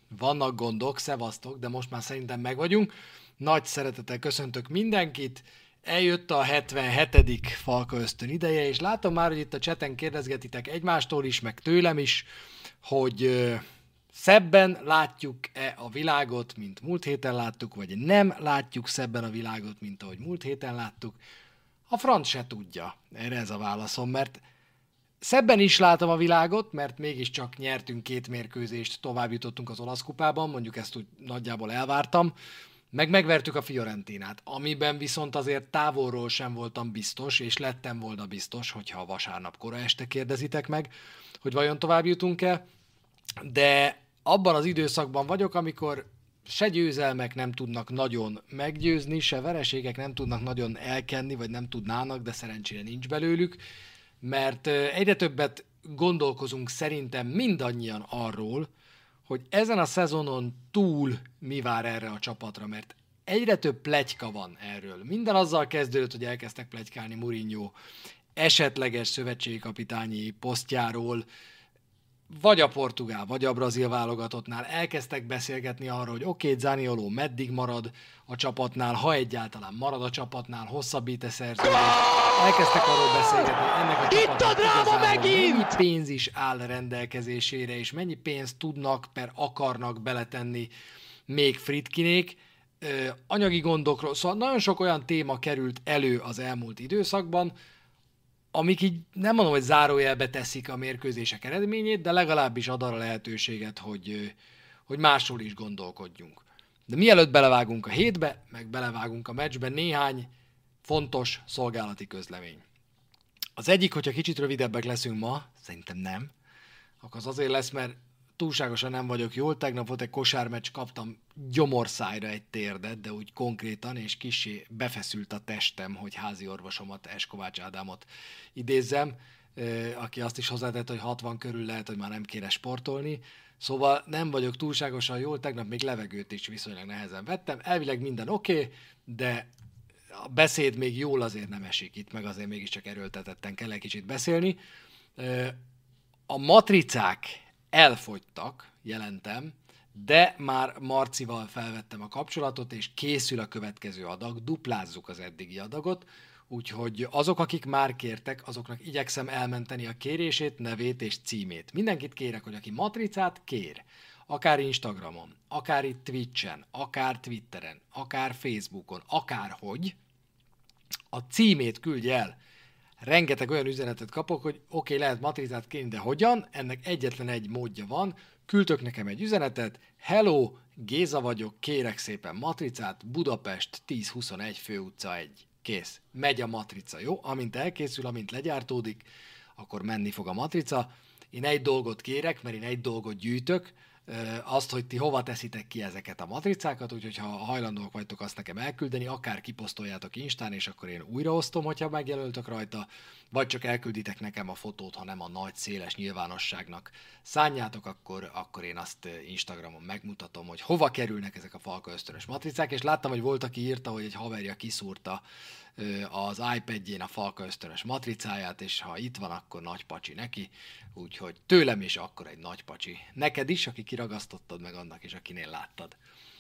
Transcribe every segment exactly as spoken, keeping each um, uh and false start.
Vannak gondok, szevasztok, de most már szerintem meg vagyunk. Nagy szeretettel köszöntök mindenkit. Eljött a hetvenhetedik Falka Ösztön ideje, és látom már, hogy itt a chaten kérdezgetitek egymástól is, meg tőlem is, hogy ö, szebben látjuk-e a világot, mint múlt héten láttuk, vagy nem látjuk szebben a világot, mint ahogy múlt héten láttuk. A franc se tudja. Erre ez a válaszom, mert szebben is látom a világot, mert mégiscsak nyertünk két mérkőzést, tovább jutottunk az olasz kupában, mondjuk ezt úgy nagyjából elvártam, meg megvertük a Fiorentinát, amiben viszont azért távolról sem voltam biztos, és lettem volna biztos, hogyha a vasárnap kora este kérdezitek meg, hogy vajon tovább jutunk-e, de abban az időszakban vagyok, amikor se győzelmek nem tudnak nagyon meggyőzni, se vereségek nem tudnak nagyon elkenni, vagy nem tudnának, de szerencsére nincs belőlük, mert egyre többet gondolkozunk szerintem mindannyian arról, hogy ezen a szezonon túl mi vár erre a csapatra, mert egyre több pletyka van erről. Minden azzal kezdődött, hogy elkezdtek pletykálni Mourinho esetleges szövetségi kapitányi posztjáról, vagy a portugál, vagy a brazil válogatottnál elkezdtek beszélgetni arról, hogy oké, okay, Zanioló meddig marad a csapatnál, ha egyáltalán marad a csapatnál, hosszabbít-e szerződést. Elkezdtek arról beszélgetni, hogy ennek a csapatnak igazából mennyi pénz is áll rendelkezésére, és mennyi pénzt tudnak per akarnak beletenni még Friedkinék. Ö, anyagi gondokról, szóval nagyon sok olyan téma került elő az elmúlt időszakban, amik így nem mondom, hogy zárójelbe teszik a mérkőzések eredményét, de legalábbis ad arra lehetőséget, hogy, hogy másról is gondolkodjunk. De mielőtt belevágunk a hétbe, meg belevágunk a meccsbe, néhány fontos szolgálati közlemény. Az egyik, hogyha kicsit rövidebbek leszünk ma, szerintem nem, akkor az azért lesz, mert túlságosan nem vagyok jól. Tegnap volt egy kosármeccs, kaptam gyomorszájra egy térdet, de úgy konkrétan, és kissé befeszült a testem, hogy házi orvosomat, Eskovács Ádámot idézzem, aki azt is hozzátett, hogy hatvan körül lehet, hogy már nem kéne sportolni. Szóval nem vagyok túlságosan jól, tegnap még levegőt is viszonylag nehezen vettem. Elvileg minden oké, okay, de a beszéd még jól azért nem esik itt, meg azért mégiscsak erőltetetten kell egy kicsit beszélni. A matricák elfogytak, jelentem, de már Marcival felvettem a kapcsolatot, és készül a következő adag, duplázzuk az eddigi adagot, úgyhogy azok, akik már kértek, azoknak igyekszem elmenteni a kérését, nevét és címét. Mindenkit kérek, hogy aki matricát kér, akár Instagramon, akár itt Twitchen, akár Twitteren, akár Facebookon, akárhogy, a címét küldje el. Rengeteg olyan üzenetet kapok, hogy oké, okay, lehet matricát kérni, de hogyan? Ennek egyetlen egy módja van. Küldtök nekem egy üzenetet. Hello, Géza vagyok, kérek szépen matricát, Budapest tíz huszonegy főutca egy. Kész. Megy a matrica, jó? Amint elkészül, amint legyártódik, akkor menni fog a matrica. Én egy dolgot kérek, mert én egy dolgot gyűjtök, azt, hogy ti hova teszitek ki ezeket a matricákat, úgyhogy ha hajlandóak vagytok azt nekem elküldeni, akár kiposztoljátok Instán, és akkor én újraosztom, hogyha megjelöltök rajta, vagy csak elkülditek nekem a fotót, ha nem a nagy, széles nyilvánosságnak szánjátok, akkor, akkor én azt Instagramon megmutatom, hogy hova kerülnek ezek a Falka Ösztönös matricák, és láttam, hogy volt, aki írta, hogy egy haverja kiszúrta az iPadjén a Falka Ösztönös matricáját, és ha itt van, akkor nagy pacsi neki, úgyhogy tőlem is akkor egy nagy pacsi. Neked is, aki kiragasztottad, meg annak is, akinél láttad.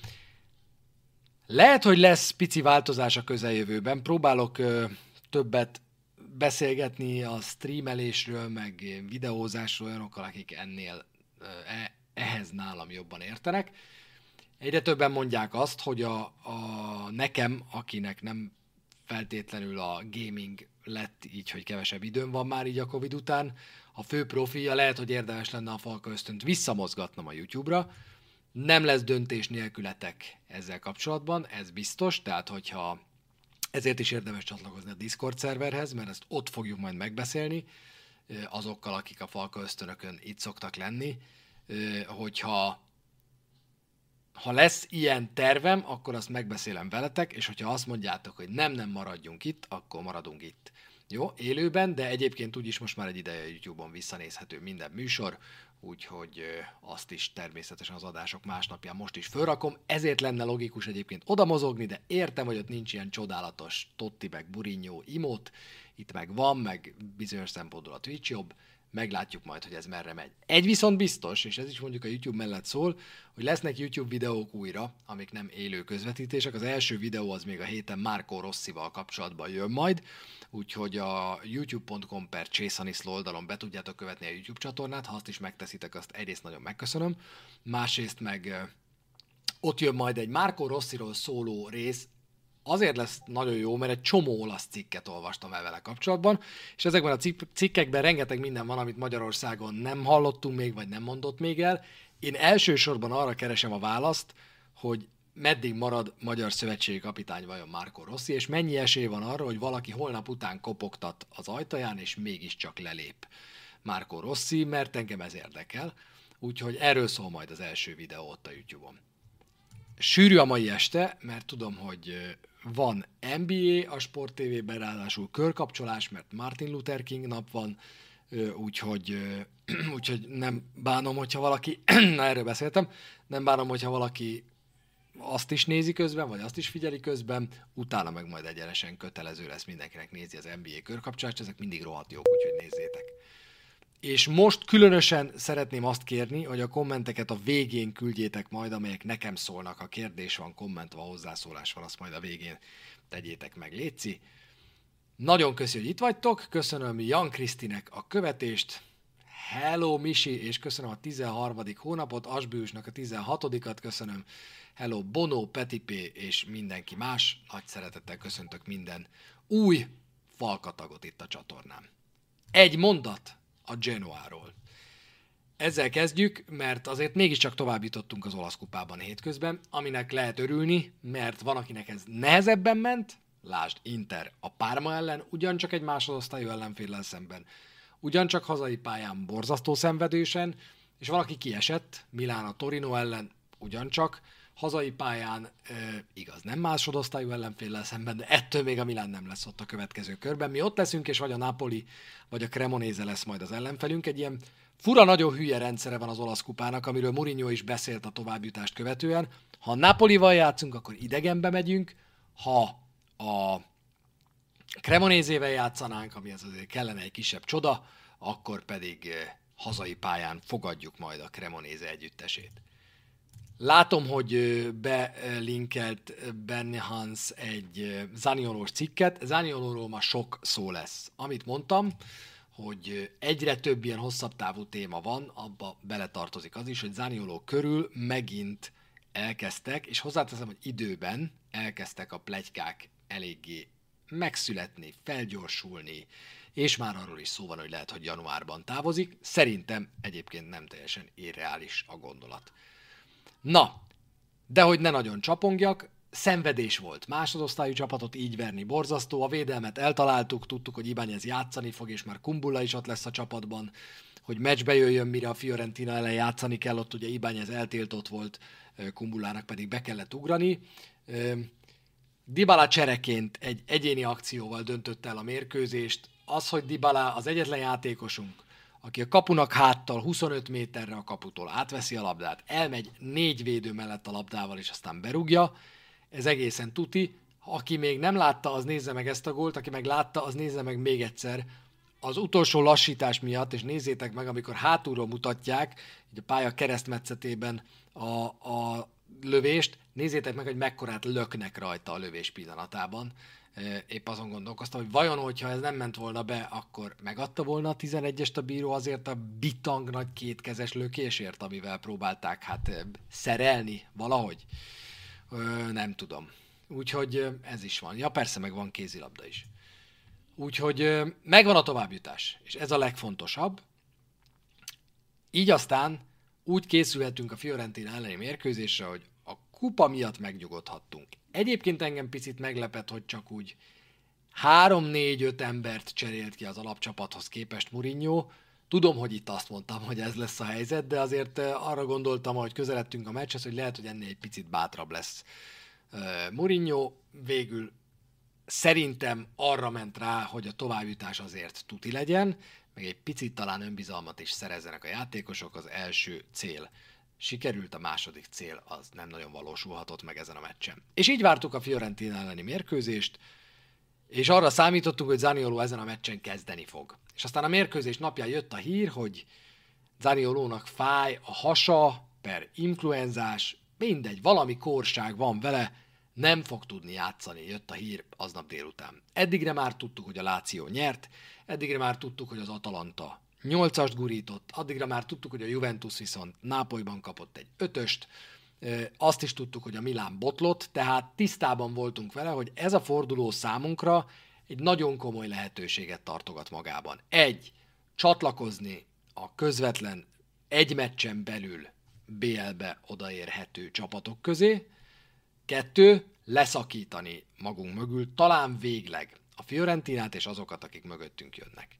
Lehet, hogy lesz pici változás a közeljövőben, próbálok ö, többet beszélgetni a streamelésről, meg videózásról olyanokkal, akik ennél ö, e, ehhez nálam jobban értenek. Egyre többen mondják azt, hogy a, a nekem, akinek nem feltétlenül a gaming lett így, hogy kevesebb időm van már így a Covid után, a fő profilja, lehet, hogy érdemes lenne a Falka Ösztönt visszamozgatnom a YouTube-ra. Nem lesz döntés nélkületek ezzel kapcsolatban, ez biztos, tehát hogyha ezért is érdemes csatlakozni a Discord szerverhez, mert ezt ott fogjuk majd megbeszélni azokkal, akik a Falka Ösztönökön itt szoktak lenni, hogyha ha lesz ilyen tervem, akkor azt megbeszélem veletek, és hogyha azt mondjátok, hogy nem, nem maradjunk itt, akkor maradunk itt. Jó, élőben, de egyébként úgyis most már egy ideje YouTube-on visszanézhető minden műsor, úgyhogy azt is természetesen az adások másnapján most is fölrakom, ezért lenne logikus egyébként oda mozogni, de értem, hogy ott nincs ilyen csodálatos Totti meg Mourinho imót, itt meg van, meg bizonyos szempontból a Twitch jobb, meglátjuk majd, hogy ez merre megy. Egy viszont biztos, és ez is mondjuk a YouTube mellett szól, hogy lesznek YouTube videók újra, amik nem élő közvetítések. Az első videó az még a héten Marco Rossival kapcsolatban jön majd, úgyhogy a youtube pont com per Csészaniszló oldalon be tudjátok követni a YouTube csatornát, ha azt is megteszitek, azt egyrészt nagyon megköszönöm, másrészt meg ott jön majd egy Marco Rossiról szóló rész. Azért lesz nagyon jó, mert egy csomó olasz cikket olvastam el vele kapcsolatban, és ezekben a cikkekben rengeteg minden van, amit Magyarországon nem hallottunk még, vagy nem mondott még el. Én elsősorban arra keresem a választ, hogy meddig marad magyar szövetségi kapitány vajon Marco Rossi, és mennyi esély van arra, hogy valaki holnap után kopogtat az ajtaján, és mégiscsak lelép Marco Rossi, mert engem ez érdekel. Úgyhogy erről szól majd az első videó ott a YouTube-on. Sűrű a mai este, mert tudom, hogy van en bé á a Sport té vében, ráadásul körkapcsolás, mert Martin Luther King nap van, úgyhogy, úgyhogy nem bánom, hogyha valaki, na erről beszéltem, nem bánom, hogyha valaki azt is nézi közben, vagy azt is figyeli közben, utána meg majd egyenesen kötelező lesz mindenkinek nézi az en bé á körkapcsolást, ezek mindig rohadt jók, úgyhogy nézzétek. És most különösen szeretném azt kérni, hogy a kommenteket a végén küldjétek majd, amelyek nekem szólnak. Ha kérdés van, komment van, hozzászólás van, azt majd a végén tegyétek meg, létszi. Nagyon köszi, hogy itt vagytok, köszönöm Jan Krisztinek a követést, hello Misi, és köszönöm a tizenharmadik hónapot, Asbősnak a tizenhatodikat köszönöm, hello Bono, Petipé és mindenki más, nagy szeretettel köszöntök minden új falkatagot itt a csatornán. Egy mondat a Genoáról. Ezzel kezdjük, mert azért mégiscsak tovább jutottunk az olasz kupában hétközben, aminek lehet örülni, mert van, akinek ez nehezebben ment, lásd Inter a Parma ellen, ugyancsak egy másodosztályú ellenféllel szemben, ugyancsak hazai pályán borzasztó szenvedősen, és valaki kiesett, Milán a Torino ellen, ugyancsak hazai pályán, e, igaz, nem másodosztályú ellenféllel szemben, de ettől még a Milán nem lesz ott a következő körben. Mi ott leszünk, és vagy a Napoli, vagy a Cremonese lesz majd az ellenfelünk. Egy ilyen fura, nagyon hülye rendszere van az olasz kupának, amiről Mourinho is beszélt a továbbjutást követően. Ha a Napolival játszunk, akkor idegenbe megyünk, ha a Cremonese-vel játszanánk, ami az azért kellene egy kisebb csoda, akkor pedig hazai pályán fogadjuk majd a Cremonese együttesét. Látom, hogy belinkelt Benny Hans egy Zaniolós cikket. Zaniolóról ma sok szó lesz. Amit mondtam, hogy egyre több ilyen hosszabb távú téma van, abba beletartozik az is, hogy Zanioló körül megint elkezdtek, és hozzáteszem, hogy időben elkezdtek a pletykák eléggé megszületni, felgyorsulni, és már arról is szó van, hogy lehet, hogy januárban távozik. Szerintem egyébként nem teljesen irreális a gondolat. Na, de hogy ne nagyon csapongjak, szenvedés volt. Másodosztályú csapatot így verni borzasztó, a védelmet eltaláltuk, tudtuk, hogy Ibáñez játszani fog, és már Kumbulla is ott lesz a csapatban, hogy meccsbe jöjjön, mire a Fiorentina ellen játszani kell, ott ugye Ibáñez eltiltott volt, Kumbullának pedig be kellett ugrani. Dybala csereként egy egyéni akcióval döntött el a mérkőzést. Az, hogy Dybala az egyetlen játékosunk, aki a kapunak háttal huszonöt méterre a kaputól átveszi a labdát, elmegy négy védő mellett a labdával, és aztán berúgja, ez egészen tuti. Aki még nem látta, az nézze meg ezt a gólt, aki meg látta, az nézze meg még egyszer. Az utolsó lassítás miatt, és nézzétek meg, amikor hátulról mutatják, így a pálya keresztmetszetében a, a lövést, nézzétek meg, hogy mekkorát löknek rajta a lövés pillanatában. Épp azon gondolkoztam, hogy vajon, hogyha ez nem ment volna be, akkor megadta volna a tizenegyest a bíró azért a bitang nagy kétkezes lökésért, amivel próbálták hát szerelni valahogy. Ö, nem tudom. Úgyhogy ez is van. Ja, persze, meg van kézilabda is. Úgyhogy megvan a továbbjutás, és ez a legfontosabb. Így aztán úgy készülhetünk a Fiorentina elleni mérkőzésre, hogy a kupa miatt megnyugodhattunk. Egyébként engem picit meglepett, hogy csak úgy három-négy-öt embert cserélt ki az alapcsapathoz képest Mourinho. Tudom, hogy itt azt mondtam, hogy ez lesz a helyzet, de azért arra gondoltam, hogy közeledtünk a meccshez, hogy lehet, hogy ennél egy picit bátrabb lesz Mourinho. Végül szerintem arra ment rá, hogy a továbbjutás azért tuti legyen, meg egy picit talán önbizalmat is szerezzenek a játékosok. Az első cél sikerült, a második cél az nem nagyon valósulhatott meg ezen a meccsen. És így vártuk a Fiorentina elleni mérkőzést. és arra számítottunk, hogy Zanioló ezen a meccsen kezdeni fog. És aztán a mérkőzés napján jött a hír, hogy Zaniolónak fáj a hasa, per influenzás, mindegy, valami kórság van vele, nem fog tudni játszani, jött a hír aznap délután. Eddigre már tudtuk, hogy a Lazio nyert, eddigre már tudtuk, hogy az Atalanta nyolcast gurított, addigra már tudtuk, hogy a Juventus viszont Nápolyban kapott egy ötöst, azt is tudtuk, hogy a Milán botlott, tehát tisztában voltunk vele, hogy ez a forduló számunkra egy nagyon komoly lehetőséget tartogat magában. Egy, csatlakozni a közvetlen egy meccsen belül bé el-be odaérhető csapatok közé. Kettő, leszakítani magunk mögül talán végleg a Fiorentinát és azokat, akik mögöttünk jönnek.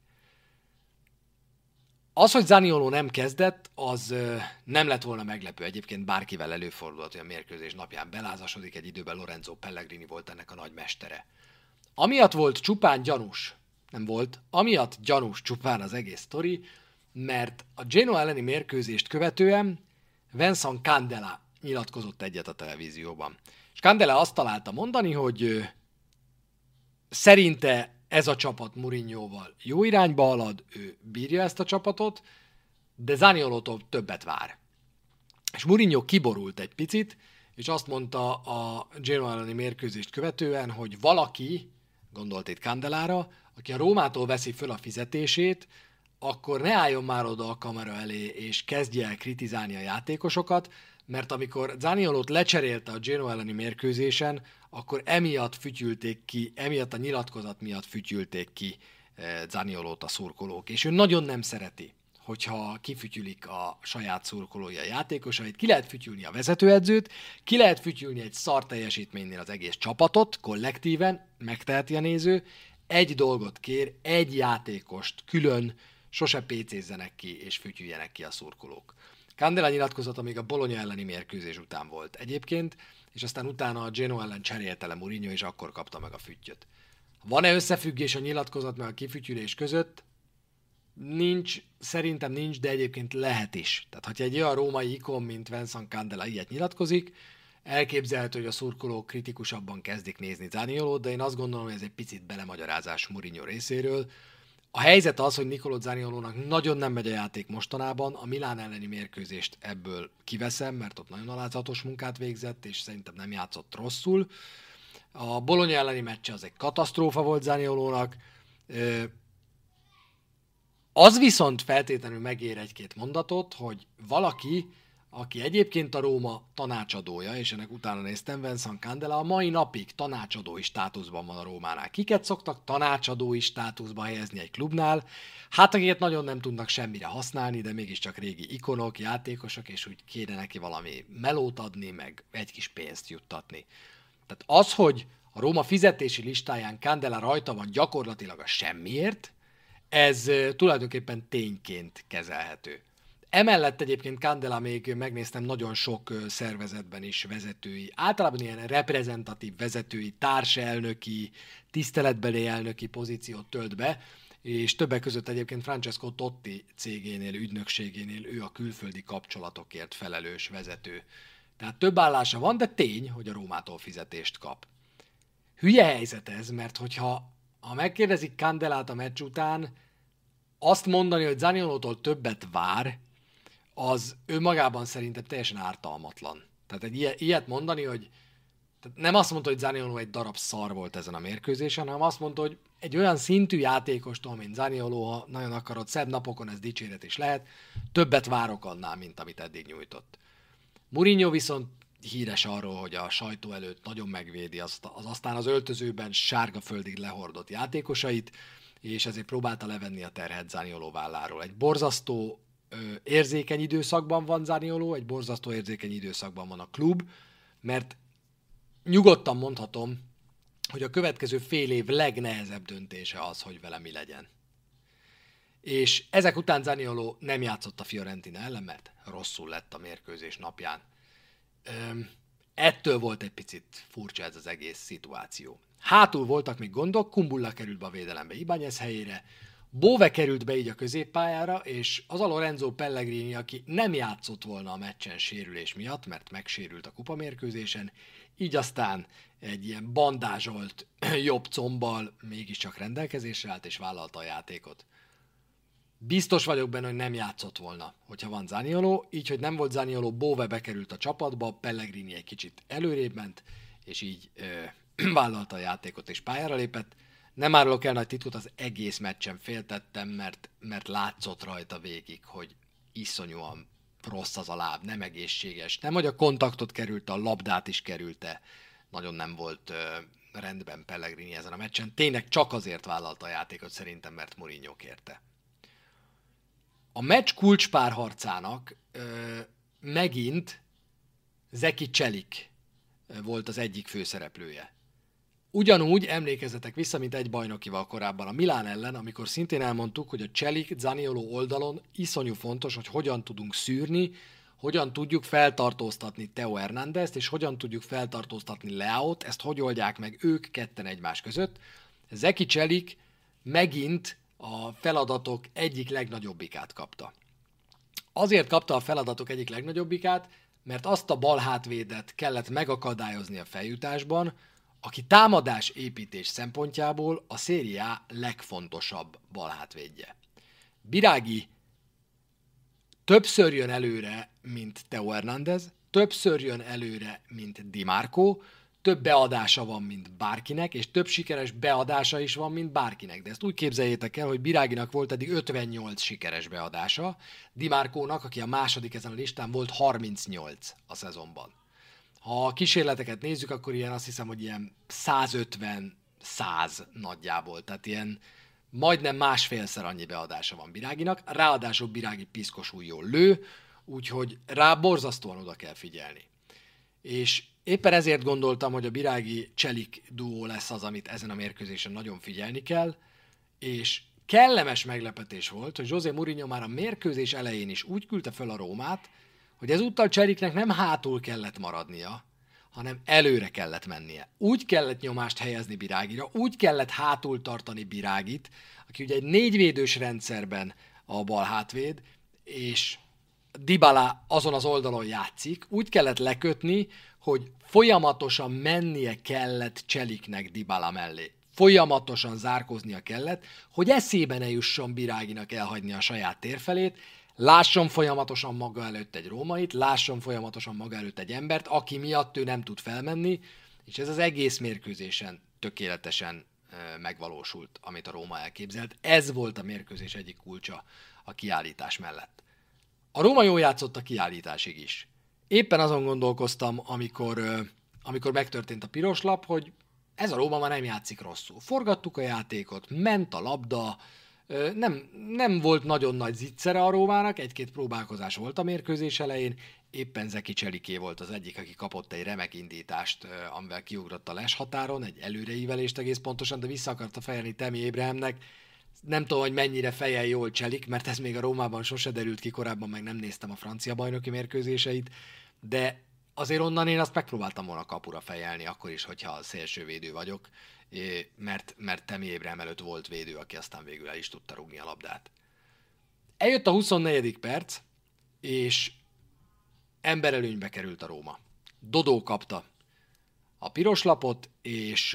Az, hogy Zanioló nem kezdett, az nem lett volna meglepő. Egyébként bárkivel előfordulhat, hogy a mérkőzés napján belázasodik, egy időben Lorenzo Pellegrini volt ennek a nagy mestere. Amiatt volt csupán gyanús, nem volt, amiatt gyanús csupán az egész sztori, mert a Genoa elleni mérkőzést követően Vincent Candela nyilatkozott egyet a televízióban. És Candela azt találta mondani, hogy szerinte ez a csapat Mourinhoval jó irányba halad, ő bírja ezt a csapatot, de Zaniolótól többet vár. És Mourinho kiborult egy picit, és azt mondta a Genoa elleni mérkőzést követően, hogy valaki, gondolt itt Candelára, aki a Rómától veszi föl a fizetését, akkor ne álljon már oda a kamera elé, és kezdje el kritizálni a játékosokat, mert amikor Zaniolót lecserélte a Genoa elleni mérkőzésen, akkor emiatt fütyülték ki, emiatt a nyilatkozat miatt fütyülték ki Zaniolót a szurkolók, és ő nagyon nem szereti, hogyha kifütyülik a saját szurkolói a játékosait. Ki lehet fütyülni a vezetőedzőt, ki lehet fütyülni egy szar teljesítménynél az egész csapatot, kollektíven, megteheti a néző, egy dolgot kér, egy játékost külön, sose pécézzenek ki és fütyüljenek ki a szurkolók. Candela nyilatkozata még a Bologna elleni mérkőzés után volt egyébként, és aztán utána a Genoa ellen cserélte le Mourinho, és akkor kapta meg a füttyöt. Van-e összefüggés a nyilatkozat meg a kifütyülés között? Nincs, szerintem nincs, de egyébként lehet is. Tehát, ha egy olyan római ikon, mint Vincent Candela ilyet nyilatkozik, elképzelhető, hogy a szurkolók kritikusabban kezdik nézni Zaniolót, de én azt gondolom, hogy ez egy picit belemagyarázás Mourinho részéről. A helyzet az, hogy Niccolò Zaniolónak nagyon nem megy a játék mostanában, a Milán elleni mérkőzést ebből kiveszem, mert ott nagyon alázatos munkát végzett, és szerintem nem játszott rosszul. A Bologna elleni meccse az egy katasztrófa volt Zaniolónak. Az viszont feltétlenül megér egy-két mondatot, hogy valaki, aki egyébként a Róma tanácsadója, és ennek utána néztem, Vincent Candela a mai napig tanácsadói státuszban van a Rómánál. Kiket szoktak tanácsadói státuszba helyezni egy klubnál? Hát akiket nagyon nem tudnak semmire használni, de mégiscsak régi ikonok, játékosok, és úgy kéne neki valami melót adni, meg egy kis pénzt juttatni. Tehát az, hogy a Róma fizetési listáján Candela rajta van gyakorlatilag a semmiért, ez tulajdonképpen tényként kezelhető. Emellett egyébként Candela még megnéztem nagyon sok szervezetben is vezetői, általában ilyen reprezentatív vezetői, társelnöki, tiszteletbeli elnöki pozíciót tölt be, és többek között egyébként Francesco Totti cégénél, ügynökségénél ő a külföldi kapcsolatokért felelős vezető. Tehát több állása van, de tény, hogy a Rómától fizetést kap. Hülye helyzet ez, mert hogyha ha megkérdezik Candelát a meccs után, azt mondani, hogy Zaniolótól többet vár, az önmagában szerintem teljesen ártalmatlan. Tehát egy ilyet mondani, hogy tehát nem azt mondta, hogy Zanioló egy darab szar volt ezen a mérkőzésen, hanem azt mondta, hogy egy olyan szintű játékostól, mint Zanioló, ha nagyon akarod, szebb napokon ez dicséret is lehet, többet várok annál, mint amit eddig nyújtott. Mourinho viszont híres arról, hogy a sajtó előtt nagyon megvédi azt, az aztán az öltözőben sárga földig lehordott játékosait, és ezért próbálta levenni a terhet Zanioló válláról. Egy borzasztó ö, érzékeny időszakban van Zanioló, egy borzasztó érzékeny időszakban van a klub, mert nyugodtan mondhatom, hogy a következő fél év legnehezebb döntése az, hogy vele mi legyen. És ezek után Zanioló nem játszott a Fiorentina ellen, mert rosszul lett a mérkőzés napján. Öm, ettől volt egy picit furcsa ez az egész szituáció. Hátul voltak még gondok, Kumbulla került be a védelembe Ibáñez helyére, Bove került be így a középpályára, és az a Lorenzo Pellegrini, aki nem játszott volna a meccsen sérülés miatt, mert megsérült a kupamérkőzésen, így aztán egy ilyen bandázsolt jobb combbal mégiscsak rendelkezésre állt és vállalta a játékot. Biztos vagyok benne, hogy nem játszott volna, hogyha van Zanioló, így, hogy nem volt Zanioló, Bove bekerült a csapatba, Pellegrini egy kicsit előrébb ment, és így ö, vállalta a játékot és pályára lépett. Nem árulok el nagy titkot, az egész meccsen féltettem, mert, mert látszott rajta végig, hogy iszonyúan rossz az a láb, nem egészséges. Nem, hogy a kontaktot kerülte, a labdát is kerülte. Nagyon nem volt ö, rendben Pellegrini ezen a meccsen. Tényleg csak azért vállalta a játékot szerintem, mert Mourinho kérte. A meccs kulcspárharcának ö, megint Zeki Cselik volt az egyik főszereplője. Ugyanúgy emlékezzetek vissza, mint egy bajnokival korábban a Milán ellen, amikor szintén elmondtuk, hogy a Cselik Zanioló oldalon iszonyú fontos, hogy hogyan tudunk szűrni, hogyan tudjuk feltartóztatni Theo Hernándezt, és hogyan tudjuk feltartóztatni Leaót, ezt hogy oldják meg ők ketten egymás között. Zeki Cselik megint a feladatok egyik legnagyobbikát kapta. Azért kapta a feladatok egyik legnagyobbikát, mert azt a balhátvédet kellett megakadályozni a feljutásban, aki támadás építés szempontjából a Serie A legfontosabb balhátvédje. Biraghi többször jön előre, mint Theo Hernández, többször jön előre, mint Di Marco, több beadása van, mint bárkinek, és több sikeres beadása is van, mint bárkinek. De ezt úgy képzeljétek el, hogy Biraghinak volt eddig ötvennyolc sikeres beadása, Di Marcónak, aki a második ezen a listán, volt harmincnyolc a szezonban. Ha a kísérleteket nézzük, akkor ilyen azt hiszem, hogy ilyen százötven száz nagyjából, tehát ilyen majdnem másfélszer annyi beadása van Biraghinak, ráadásul Biraghi piszkosul jól lő, úgyhogy rá borzasztóan oda kell figyelni. És éppen ezért gondoltam, hogy a Biraghi Cselik duó lesz az, amit ezen a mérkőzésen nagyon figyelni kell, és kellemes meglepetés volt, hogy José Mourinho már a mérkőzés elején is úgy küldte föl a Rómát, hogy ezúttal Cseliknek nem hátul kellett maradnia, hanem előre kellett mennie. Úgy kellett nyomást helyezni Biraghira, úgy kellett hátul tartani Biraghit, aki ugye egy négyvédős rendszerben a bal hátvéd, és Dybala azon az oldalon játszik, úgy kellett lekötni, hogy folyamatosan mennie kellett Cseliknek Dybala mellé. Folyamatosan zárkóznia kellett, hogy eszébe ne jusson Biraghinak elhagyni a saját térfelét, lásson folyamatosan maga előtt egy rómait, lásson folyamatosan maga előtt egy embert, aki miatt ő nem tud felmenni, és ez az egész mérkőzésen tökéletesen megvalósult, amit a Róma elképzelt. Ez volt a mérkőzés egyik kulcsa a kiállítás mellett. A Róma jól játszott a kiállításig is. Éppen azon gondolkoztam, amikor, amikor megtörtént a piros lap, hogy ez a Róma már nem játszik rosszul. Forgattuk a játékot, ment a labda, nem, nem volt nagyon nagy zicsere a Rómának, egy-két próbálkozás volt a mérkőzés elején, éppen Zeki Cseliké volt az egyik, aki kapott egy remek indítást, amivel kiugrott a les határon, egy előreívelést egész pontosan, de vissza akarta fejelni Tammy Abrahamnek. Nem tudom, hogy mennyire fejel jól Cselik, mert ez még a Rómában sose derült ki, korábban meg nem néztem a francia bajnoki mérkőzéseit, de azért onnan én azt megpróbáltam volna kapura fejelni, akkor is, hogyha szélsővédő vagyok, mert, mert Tammy Abraham előtt volt védő, aki aztán végül el is tudta rúgni a labdát. Eljött a huszonnegyedik perc, és emberelőnybe került a Róma. Dodó kapta a piros lapot, és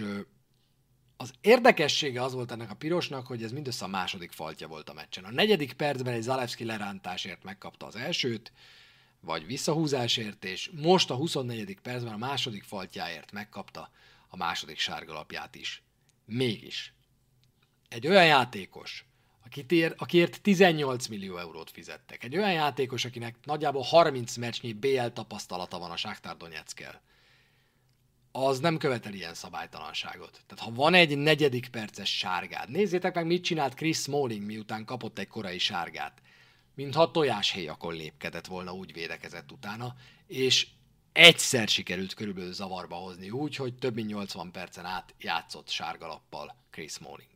az érdekessége az volt ennek a pirosnak, hogy ez mindössze a második faltja volt a meccsen. A negyedik percben egy Zalewski lerántásért megkapta az elsőt, vagy visszahúzásért, és most a huszonnegyedik percben a második faltjáért megkapta a második sárgalapját is. Mégis egy olyan játékos, akit akiért tizennyolc millió eurót fizettek, egy olyan játékos, akinek nagyjából harminc meccsnyi bé el tapasztalata van a Shakhtar Donetskkel, az nem követel ilyen szabálytalanságot. Tehát ha van egy negyedik perces sárgád, nézzétek meg, mit csinált Chris Smalling, miután kapott egy korai sárgát. Mintha a tojáshéjakon lépkedett volna, úgy védekezett utána, és egyszer sikerült körülbelül zavarba hozni úgy, hogy több mint nyolcvan percen át játszott sárgalappal Chris Smalling.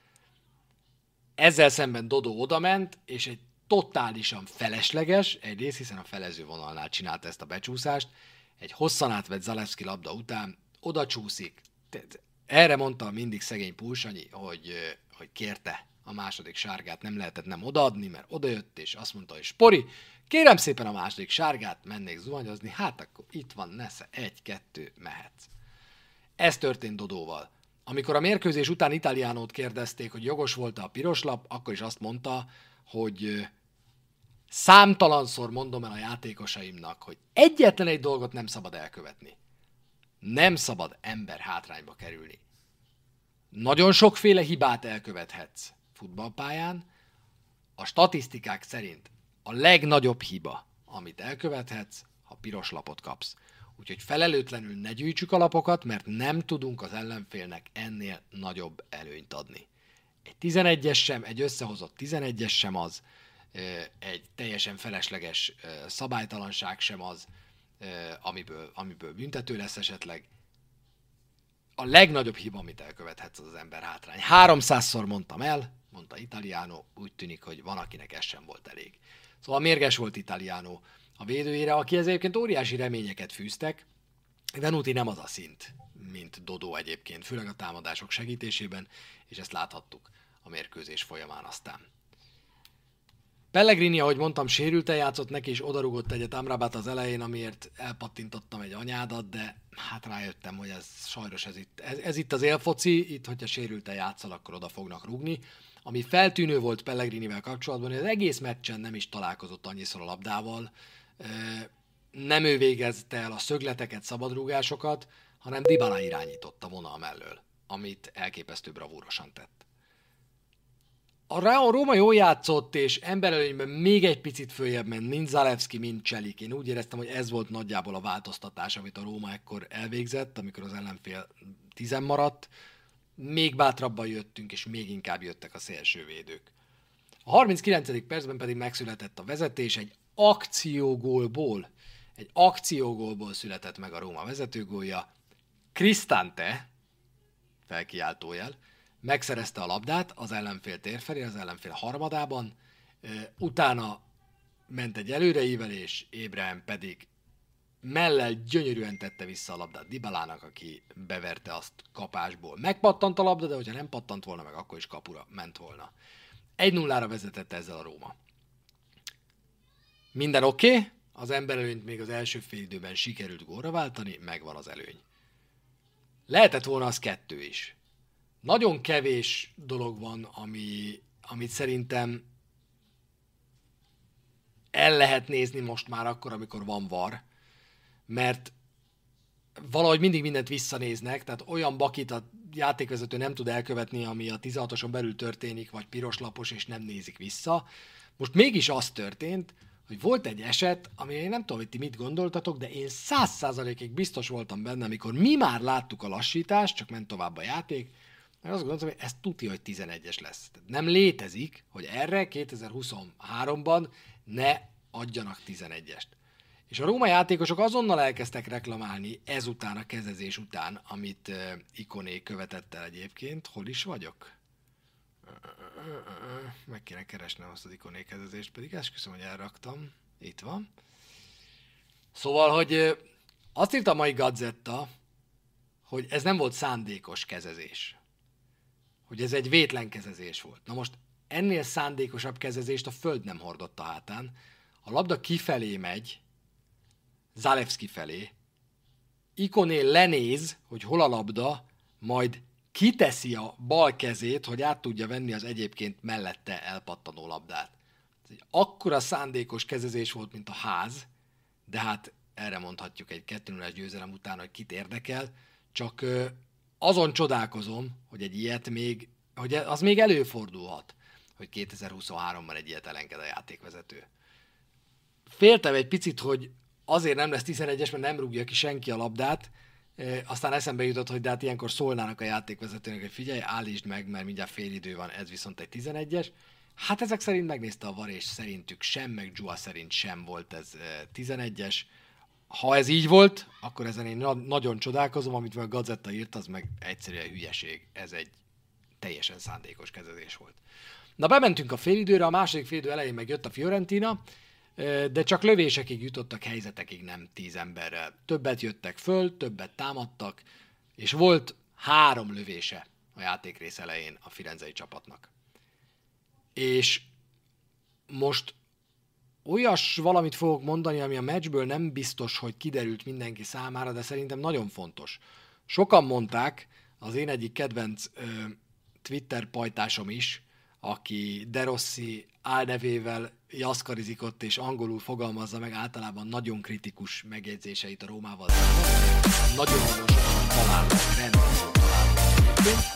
Ezzel szemben Dodó odament, és egy totálisan felesleges, egyrészt, hiszen a felező vonalnál csinálta ezt a becsúszást, egy hosszan átvett Zalewski labda után oda csúszik. Erre mondta mindig szegény Pulsanyi, hogy, hogy kérte a második sárgát nem lehetett nem odaadni, mert odajött, és azt mondta, hogy Spori, kérem szépen a második sárgát, mennék zuhanyozni, hát akkor itt van, nesze, egy-kettő, mehetsz. Ez történt Dodóval. Amikor a mérkőzés után Italiánót kérdezték, hogy jogos volt-e a piros lap, akkor is azt mondta, hogy számtalanszor mondom el a játékosaimnak, hogy egyetlen egy dolgot nem szabad elkövetni. Nem szabad ember hátrányba kerülni. Nagyon sokféle hibát elkövethetsz futballpályán. A statisztikák szerint a legnagyobb hiba, amit elkövethetsz, ha piros lapot kapsz. Úgyhogy felelőtlenül ne gyűjtsük a lapokat, mert nem tudunk az ellenfélnek ennél nagyobb előnyt adni. Egy tizenegyes sem, egy összehozott tizenegyes sem az, egy teljesen felesleges szabálytalanság sem az, amiből, amiből büntető lesz esetleg. A legnagyobb hiba, amit elkövethetsz, az az ember hátrány. háromszázszor mondtam el, mondta Italiano, úgy tűnik, hogy van, akinek ez sem volt elég. Szóval mérges volt Italiano a védőjére, aki egyébként óriási reményeket fűztek. Venuti nem az a szint, mint Dodó egyébként, főleg a támadások segítésében, és ezt láthattuk a mérkőzés folyamán aztán. Pellegrini, ahogy mondtam, sérülten játszott, neki is odarugott egyet Amrabat az elején, amiért elpattintottam egy anyádat, de hát rájöttem, hogy ez sajnos ez itt, ez, ez itt az élfoci, itt, hogyha sérülten játszol, akkor oda fognak rúgni. Ami feltűnő volt Pellegrinivel kapcsolatban, hogy az egész meccsen nem is találkozott annyiszor a labdával, nem ő végezte el a szögleteket, szabadrúgásokat, hanem Dybala irányította vonal mellől, amit elképesztő bravúrosan tett. A Róma jól játszott, és emberelőnyben még egy picit följebb ment, mint Zalewski, mint Cselik. Én úgy éreztem, hogy ez volt nagyjából a változtatás, amit a Róma ekkor elvégzett, amikor az ellenfél tizen maradt. Még bátrabban jöttünk, és még inkább jöttek a szélsővédők. A harminckilencedik percben pedig megszületett a vezetés, egy akciógólból, egy akciógólból született meg a Róma vezetőgólja. Cristante, felkiáltójel, megszerezte a labdát az ellenfél tér felé, az ellenfél harmadában, utána ment egy előreívelés, Ébrahim pedig mellel gyönyörűen tette vissza a labdát Dybalának, aki beverte azt kapásból. Megpattant a labda, de hogyha nem pattant volna meg, akkor is kapura ment volna. egy nullára vezetett ezzel a Róma. Minden oké, okay, az emberelőnyt még az első fél időben sikerült gólra váltani, megvan az előny. Lehetett volna az kettő is. Nagyon kevés dolog van, ami, amit szerintem el lehet nézni most már akkor, amikor van var, mert valahogy mindig mindent visszanéznek, tehát olyan bakit a játékvezető nem tud elkövetni, ami a tizenhatoson belül történik, vagy piros lapos, és nem nézik vissza. Most mégis az történt, hogy volt egy eset, amire én nem tudom, hogy ti mit gondoltatok, de én száz százalékig biztos voltam benne, amikor mi már láttuk a lassítást, csak ment tovább a játék, mert azt gondoltam, hogy ez tuti, hogy tizenegyes lesz. Tehát nem létezik, hogy erre kétezer-huszonháromban ne adjanak tizenegyest. És a Róma játékosok azonnal elkezdtek reklamálni ezután, a kezezés után, amit uh, Ikoné követett el egyébként. Hol is vagyok? Meg kéne keresnem azt az Ikoné kezezést, pedig esküszöm, hogy elraktam. Itt van. Szóval, hogy uh, azt írta a mai Gazzetta, hogy ez nem volt szándékos kezezés. Hogy ez egy vétlen kezezés volt. Na most ennél szándékosabb kezezést a föld nem hordott a hátán. A labda kifelé megy, Zalewski felé, Ikoné lenéz, hogy hol a labda, majd kiteszi a bal kezét, hogy át tudja venni az egyébként mellette elpattanó labdát. Ez egy akkora szándékos kezezés volt, mint a ház, de hát erre mondhatjuk egy kettő nullás győzelem után, hogy kit érdekel, csak azon csodálkozom, hogy egy ilyet még, hogy az még előfordulhat, hogy kétezer-huszonháromban egy ilyet elenged a játékvezető. Féltem egy picit, hogy azért nem lesz tizenegyes, mert nem rúgja ki senki a labdát, e, aztán eszembe jutott, hogy de hát ilyenkor szólnának a játékvezetőnek, hogy figyelj, állítsd meg, mert mindjárt fél idő van, ez viszont egy tizenegyes. Hát ezek szerint megnézte a var, és szerintük sem, meg Dzsua szerint sem volt ez e, tizenegyes. Ha ez így volt, akkor ezen én na- nagyon csodálkozom, amit a Gazetta írt, az meg egyszerűen hülyeség. Ez egy teljesen szándékos kezezés volt. Na, bementünk a félidőre, a második félidő elején meg jött a Fiorentina, de csak lövésekig jutottak, helyzetekig nem tíz emberrel. Többet jöttek föl, többet támadtak, és volt három lövése a játékrész elején a firenzei csapatnak. És most olyas valamit fogok mondani, ami a meccsből nem biztos, hogy kiderült mindenki számára, de szerintem nagyon fontos. Sokan mondták, az én egyik kedvenc ö, Twitter pajtásom is, aki De Rossi álnevével jaszkarizik ott, és angolul fogalmazza meg általában nagyon kritikus megjegyzéseit a Rómával szemben. Nagyon-nagyon sokan találnak, rendkívül találnak.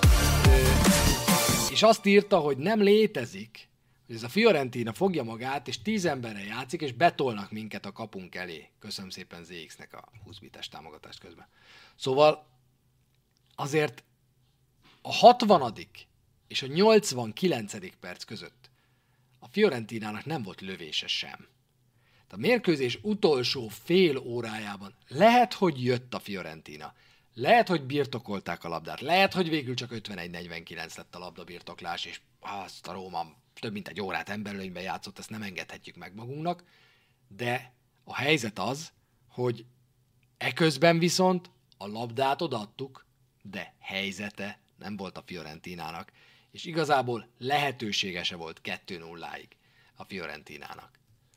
És azt írta, hogy nem létezik, hogy ez a Fiorentina fogja magát, és tíz emberrel játszik, és betolnak minket a kapunk elé. Köszönöm szépen zé iksz-nek a húsz bites támogatást közben. Szóval azért a hatvanadik és a nyolcvankilencedik perc között a Fiorentinának nem volt lövése sem. A mérkőzés utolsó fél órájában lehet, hogy jött a Fiorentina, lehet, hogy birtokolták a labdát, lehet, hogy végül csak ötvenegy negyvenkilenc lett a labdabirtoklás, és azt a Róma több mint egy órát emberlőnyben játszott, ezt nem engedhetjük meg magunknak, de a helyzet az, hogy eközben viszont a labdát odaadtuk, de helyzete nem volt a Fiorentinának, és igazából lehetősége se volt kettő nulláig a Fiorentinának.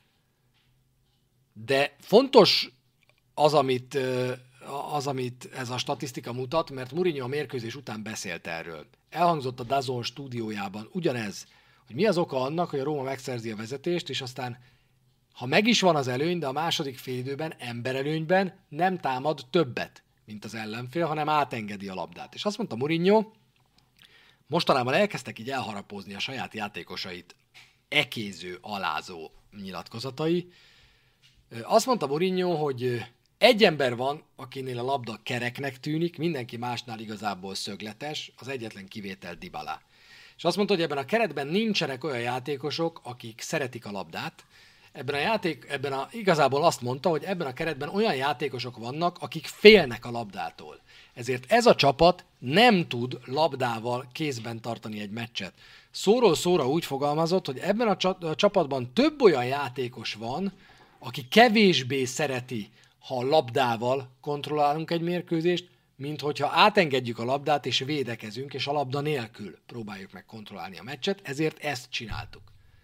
De fontos az, amit, az, amit ez a statisztika mutat, mert Mourinho a mérkőzés után beszélt erről. Elhangzott a dé á zé en stúdiójában ugyanez, hogy mi az oka annak, hogy a Róma megszerzi a vezetést, és aztán, ha meg is van az előny, de a második félidőben emberelőnyben nem támad többet, mint az ellenfél, hanem átengedi a labdát. És azt mondta Mourinho, mostanában elkezdtek így elharapózni a saját játékosait ekéző, alázó nyilatkozatai. Azt mondta Mourinho, hogy egy ember van, akinél a labda kereknek tűnik, mindenki másnál igazából szögletes, az egyetlen kivétel Dybala. És azt mondta, hogy ebben a keretben nincsenek olyan játékosok, akik szeretik a labdát. Ebben a játék, ebben a, igazából azt mondta, hogy ebben a keretben olyan játékosok vannak, akik félnek a labdától. Ezért ez a csapat nem tud labdával kézben tartani egy meccset. Szóról szóra úgy fogalmazott, hogy ebben a csapatban több olyan játékos van, aki kevésbé szereti, ha labdával kontrollálunk egy mérkőzést, mint hogyha átengedjük a labdát és védekezünk, és a labda nélkül próbáljuk meg kontrollálni a meccset, ezért ezt csináltuk.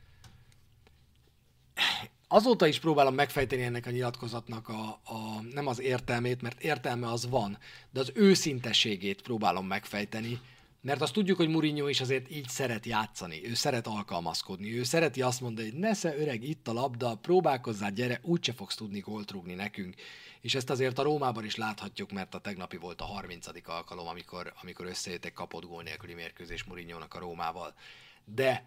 Azóta is próbálom megfejteni ennek a nyilatkozatnak a, a, nem az értelmét, mert értelme az van, de az őszinteségét próbálom megfejteni, mert azt tudjuk, hogy Mourinho is azért így szeret játszani, ő szeret alkalmazkodni, ő szereti azt mondani, hogy nesze öreg, itt a labda, próbálkozzál, gyere, úgyse fogsz tudni gólt rúgni nekünk. És ezt azért a Rómában is láthatjuk, mert a tegnapi volt a harmincadik alkalom, amikor, amikor összejött egy kapott gól nélküli mérkőzés Mourinhónak a Rómával. De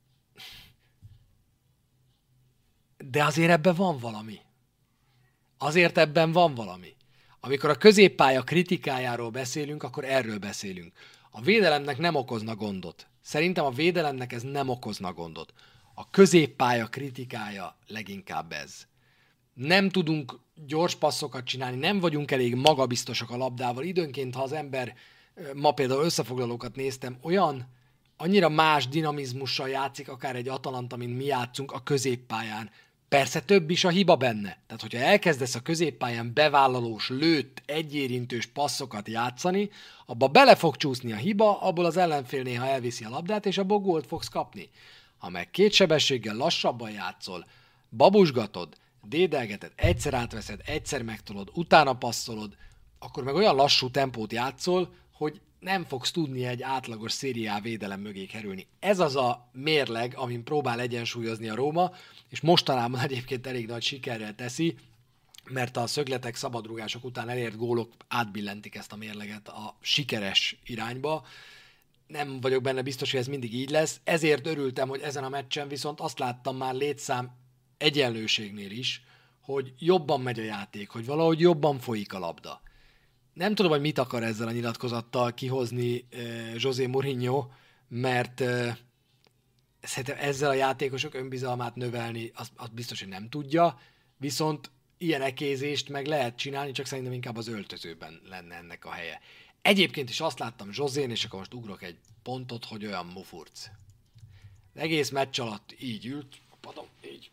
De azért ebben van valami. Azért ebben van valami. Amikor a középpálya kritikájáról beszélünk, akkor erről beszélünk. A védelemnek nem okozna gondot. Szerintem a védelemnek ez nem okozna gondot. A középpálya kritikája leginkább ez. Nem tudunk gyors passzokat csinálni, nem vagyunk elég magabiztosak a labdával. Időnként, ha az ember, ma például összefoglalókat néztem, olyan, annyira más dinamizmussal játszik akár egy Atalanta, mint mi játszunk a középpályán. Persze több is a hiba benne. Tehát, hogyha elkezdesz a középpályán bevállalós, lőtt, egyérintős passzokat játszani, abba bele fog csúszni a hiba, abból az ellenfél néha elviszi a labdát, és abból gólt fogsz kapni. Ha meg két sebességgel lassabban játszol, babusgatod, dédelgeted, egyszer átveszed, egyszer megtolod, utána passzolod, akkor meg olyan lassú tempót játszol, hogy nem fogsz tudni egy átlagos Serie A védelem mögé kerülni. Ez az a mérleg, amin próbál egyensúlyozni a Róma, és mostanában egyébként elég nagy sikerrel teszi, mert a szögletek, szabadrúgások után elért gólok átbillentik ezt a mérleget a sikeres irányba. Nem vagyok benne biztos, hogy ez mindig így lesz, ezért örültem, hogy ezen a meccsen viszont azt láttam már létszám egyenlőségnél is, hogy jobban megy a játék, hogy valahogy jobban folyik a labda. Nem tudom, hogy mit akar ezzel a nyilatkozattal kihozni eh, José Mourinho, mert eh, szerintem ezzel a játékosok önbizalmát növelni, azt, azt biztos, hogy nem tudja, viszont ilyen ekézést meg lehet csinálni, csak szerintem inkább az öltözőben lenne ennek a helye. Egyébként is azt láttam Josén, és akkor most ugrok egy pontot, hogy olyan mufurc. Egész meccs alatt így ült, padom, így.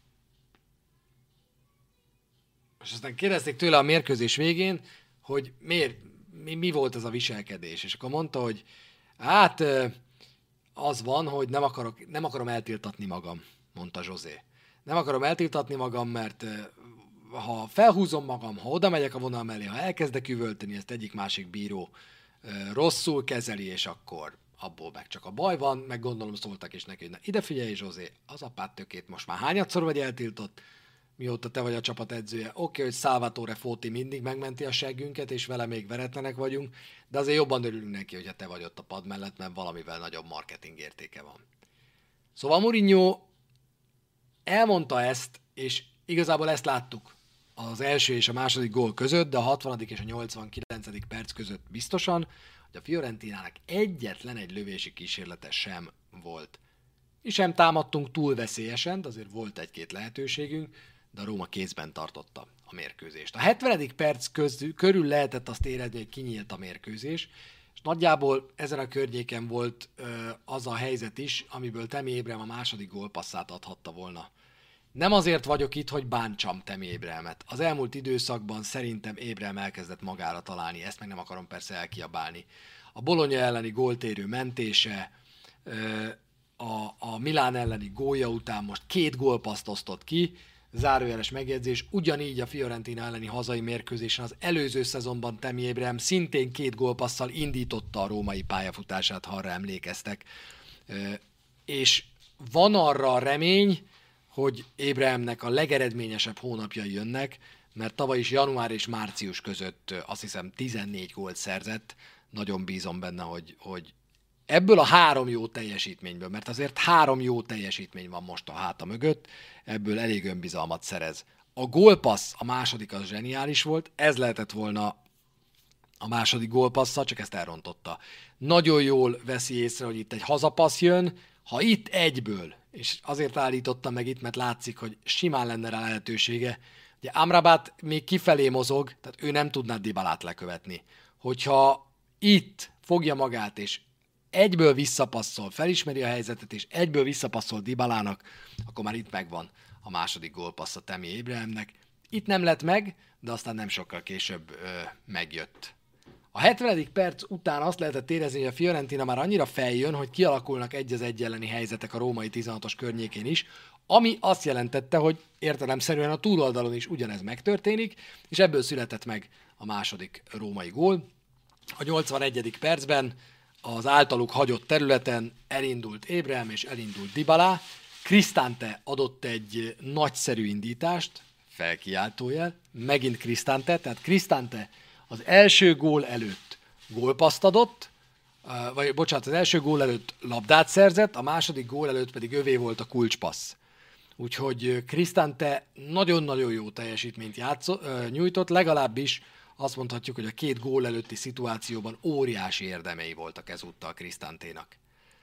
És aztán kérdezték tőle a mérkőzés végén, hogy miért, mi, mi volt ez a viselkedés, és akkor mondta, hogy hát az van, hogy nem, akarok, nem akarom eltiltatni magam, mondta José. Nem akarom eltiltatni magam, mert ha felhúzom magam, ha oda megyek a vonal mellé, ha elkezdek üvölteni, ezt egyik-másik bíró rosszul kezeli, és akkor abból meg csak a baj van, meg gondolom szóltak is neki, hogy na ide figyelj, Zsózé, az apád tökét most már hányadszor vagy eltiltott, mióta te vagy a csapat edzője. Oké, okay, hogy Salvatore Foti mindig megmenti a seggünket, és vele még veretlenek vagyunk, de azért jobban örülünk neki, hogyha te vagy ott a pad mellett, mert valamivel nagyobb marketing értéke van. Szóval Mourinho elmondta ezt, és igazából ezt láttuk az első és a második gól között, de a hatvanadik és a nyolcvankilencedik perc között biztosan, hogy a Fiorentinának egyetlen egy lövési kísérlete sem volt. És sem támadtunk túl veszélyesen, de azért volt egy-két lehetőségünk, de a Róma kézben tartotta a mérkőzést. A hetvenedik perc közül, körül lehetett azt érezni, hogy kinyílt a mérkőzés, és nagyjából ezen a környéken volt ö, az a helyzet is, amiből Tammy Abraham a második gólpasszát adhatta volna. Nem azért vagyok itt, hogy bántsam Tammy Abrahamet. Az elmúlt időszakban szerintem Abraham elkezdett magára találni, ezt meg nem akarom persze elkiabálni. A Bologna elleni góltérő mentése, a, a Milán elleni gólja után most két gólpasszt osztott ki, zárójeles megjegyzés, ugyanígy a Fiorentina elleni hazai mérkőzésen az előző szezonban Tammy Abraham szintén két gólpasszal indította a római pályafutását, ha arra emlékeztek. És van arra a remény, hogy Abrahamnek a legeredményesebb hónapjai jönnek, mert tavaly is január és március között azt hiszem tizennégy gólt szerzett. Nagyon bízom benne, hogy, hogy ebből a három jó teljesítményből, mert azért három jó teljesítmény van most a háta mögött, ebből elég önbizalmat szerez. A gólpassz, a második az zseniális volt, ez lehetett volna a második gólpassza, csak ezt elrontotta. Nagyon jól veszi észre, hogy itt egy hazapassz jön, ha itt egyből, és azért állítottam meg itt, mert látszik, hogy simán lenne rá lehetősége. Ugye Amrabat még kifelé mozog, tehát ő nem tudná Dybalát lekövetni. Hogyha itt fogja magát, és egyből visszapasszol, felismeri a helyzetet, és egyből visszapasszol Dybalának, akkor már itt megvan a második gólpassz a Tammy Abrahamnek. Itt nem lett meg, de aztán nem sokkal később ö, megjött. A hetvenedik perc után azt lehetett érezni, hogy a Fiorentina már annyira feljön, hogy kialakulnak egy az egy elleni helyzetek a római tizenhatos környékén is, ami azt jelentette, hogy értelemszerűen a túloldalon is ugyanez megtörténik, és ebből született meg a második római gól. A nyolcvanegyedik percben az általuk hagyott területen elindult Abraham és elindult Dybala. Cristante adott egy nagyszerű indítást, felkiáltójel, megint Cristante, tehát Cristante az első gól előtt gólpaszt adott, vagy bocsánat, az első gól előtt labdát szerzett, a második gól előtt pedig övé volt a kulcspassz. Úgyhogy Cristante nagyon-nagyon jó teljesítményt játszó, nyújtott, legalábbis azt mondhatjuk, hogy a két gól előtti szituációban óriási érdemei voltak ezúttal Cristanténak.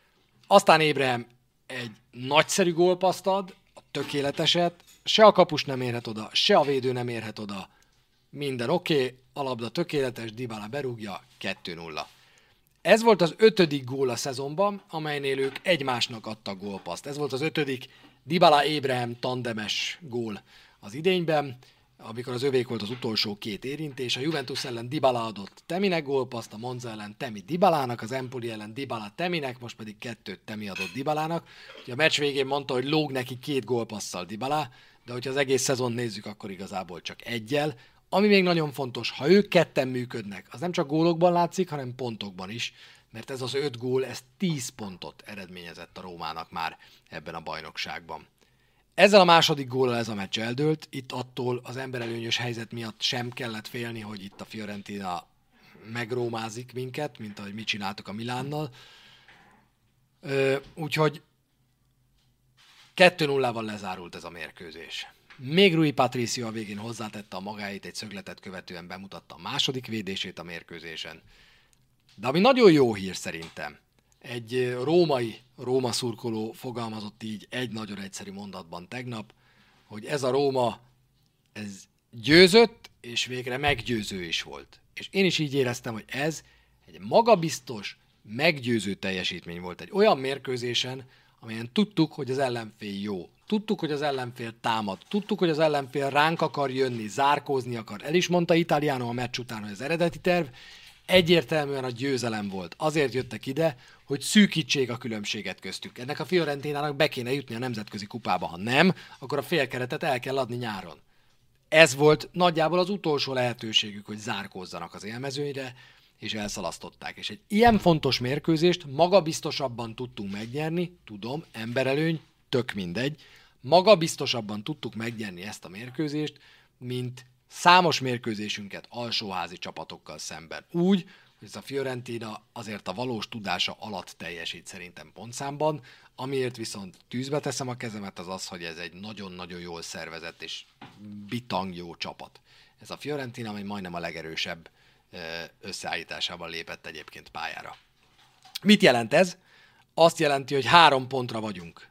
Aztán Abraham egy nagyszerű gólpaszt ad, a tökéleteset, se a kapus nem érhet oda, se a védő nem érhet oda, minden oké, okay, a labda tökéletes, Dybala berúgja, kettő nulla. Ez volt az ötödik gól a szezonban, amelynél ők egymásnak adtak gólpaszt. Ez volt az ötödik Dybala-Abraham tandemes gól az idényben, amikor az övék volt az utolsó két érintés. A Juventus ellen Dybala adott Teminek gólpaszt, a Monza ellen Temi Dybalának, az Empoli ellen Dybala Teminek, most pedig kettőt Temi adott Dybalának. Ugye a meccs végén mondta, hogy lóg neki két gólpasszal Dybala, de hogyha az egész szezon nézzük, akkor igazából csak egyel. Ami még nagyon fontos, ha ők ketten működnek, az nem csak gólokban látszik, hanem pontokban is, mert ez az öt gól, ez tíz pontot eredményezett a Rómának már ebben a bajnokságban. Ezzel a második góllal ez a meccs eldőlt, itt attól az emberelőnyös helyzet miatt sem kellett félni, hogy itt a Fiorentina megrómázik minket, mint ahogy mi csináltuk a Milánnal. Úgyhogy kettő nullával lezárult ez a mérkőzés. Még Rui Patricio a végén hozzátette a magáit, egy szögletet követően bemutatta a második védését a mérkőzésen. De ami nagyon jó hír szerintem, egy római Róma szurkoló fogalmazott így egy nagyon egyszerű mondatban tegnap, hogy ez a Róma, ez győzött, és végre meggyőző is volt. És én is így éreztem, hogy ez egy magabiztos, meggyőző teljesítmény volt. Egy olyan mérkőzésen, amelyen tudtuk, hogy az ellenfél jó. Tudtuk, hogy az ellenfél támad. Tudtuk, hogy az ellenfél ránk akar jönni, zárkózni akar. El is mondta Italiano a meccs után, hogy az eredeti terv egyértelműen a győzelem volt. Azért jöttek ide, hogy szűkítsék a különbséget köztük. Ennek a Fiorentinának be kéne jutni a nemzetközi kupába. Ha nem, akkor a félkeretet el kell adni nyáron. Ez volt nagyjából az utolsó lehetőségük, hogy zárkózzanak az élmezőnyre, és elszalasztották. És egy ilyen fontos mérkőzést magabiztosabban tudtunk megnyerni, tudom, emberelőny, tök mindegy, magabiztosabban tudtuk megnyerni ezt a mérkőzést, mint számos mérkőzésünket alsóházi csapatokkal szemben. Úgy, hogy ez a Fiorentina azért a valós tudása alatt teljesít szerintem pontszámban, amiért viszont tűzbe teszem a kezemet, az az, hogy ez egy nagyon-nagyon jól szervezett és bitang jó csapat. Ez a Fiorentina, ami majdnem a legerősebb összeállításában lépett egyébként pályára. Mit jelent ez? Azt jelenti, hogy három pontra vagyunk.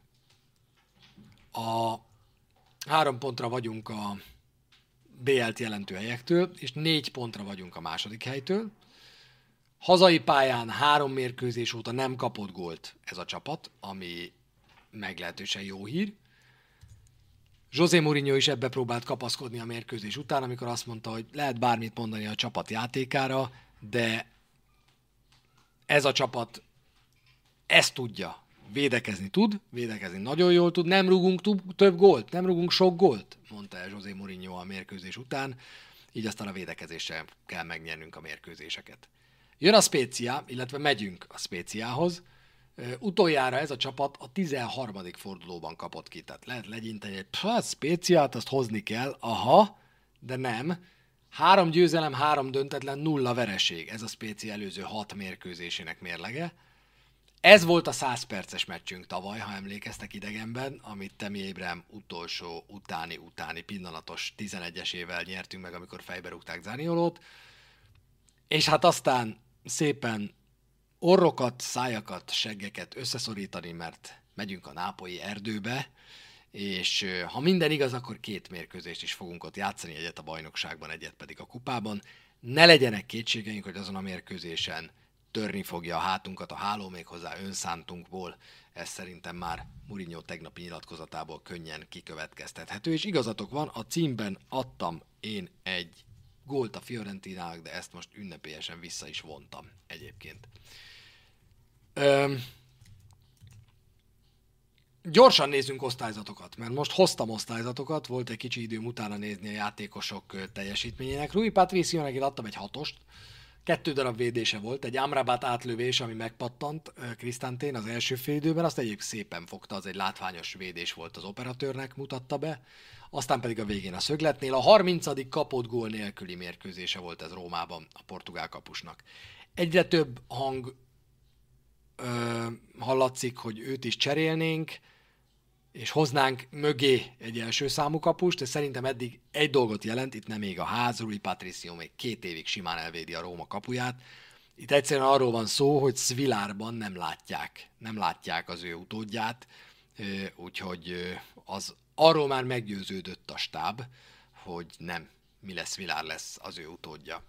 A három pontra vagyunk a bé el-t jelentő helyektől, és négy pontra vagyunk a második helytől. Hazai pályán három mérkőzés óta nem kapott gólt ez a csapat, ami meglehetősen jó hír. José Mourinho is ebbe próbált kapaszkodni a mérkőzés után, amikor azt mondta, hogy lehet bármit mondani a csapat játékára, de ez a csapat ezt tudja. Védekezni tud, védekezni nagyon jól tud, nem rúgunk több gólt, nem rúgunk sok gólt, mondta el José Mourinho a mérkőzés után, így aztán a védekezéssel kell megnyernünk a mérkőzéseket. Jön a Spezia, illetve megyünk a Speziához. Utoljára ez a csapat a tizenharmadik fordulóban kapott ki, tehát lehet legyinteni, hogy pff, Speziát azt hozni kell, aha, de nem. Három győzelem, három döntetlen, nulla vereség, ez a Spezia előző hat mérkőzésének mérlege. Ez volt a száz perces meccsünk tavaly, ha emlékeztek idegenben, amit Tammy Abraham utolsó utáni-utáni pillanatos tizenegyesével nyertünk meg, amikor fejbe rúgták Zaniolót. És hát aztán szépen orrokat, szájakat, seggeket összeszorítani, mert megyünk a nápolyi erdőbe, és ha minden igaz, akkor két mérkőzést is fogunk ott játszani, egyet a bajnokságban, egyet pedig a kupában. Ne legyenek kétségeink, hogy azon a mérkőzésen törni fogja a hátunkat a háló, méghozzá önszántunkból. Ez szerintem már Mourinho tegnapi nyilatkozatából könnyen kikövetkeztethető, és igazatok van, a címben adtam én egy gólt a Fiorentinának, de ezt most ünnepélyesen vissza is vontam egyébként. Öm, gyorsan nézzünk osztályzatokat, mert most hoztam osztályzatokat, volt egy kicsi időm utána nézni a játékosok teljesítményének. Rui Patriciónak én adtam egy hatost, kettő darab védése volt, egy Amrabat átlövés, ami megpattant Cristantén az első félidőben, azt egyébként szépen fogta, az egy látványos védés volt az operatőrnek, mutatta be, aztán pedig a végén a szögletnél a harmincadik kapott gól nélküli mérkőzése volt ez Rómában a portugál kapusnak. Egyre több hang ö, hallatszik, hogy őt is cserélnénk, és hoznánk mögé egy első számú kapust, és szerintem eddig egy dolgot jelent, itt nem még a ház, Rui Patricio még két évig simán elvédi a Róma kapuját. Itt egyszerűen arról van szó, hogy Svilárban nem látják, nem látják az ő utódját, úgyhogy az arról már meggyőződött a stáb, hogy nem, mi lesz, Villar lesz az ő utódja.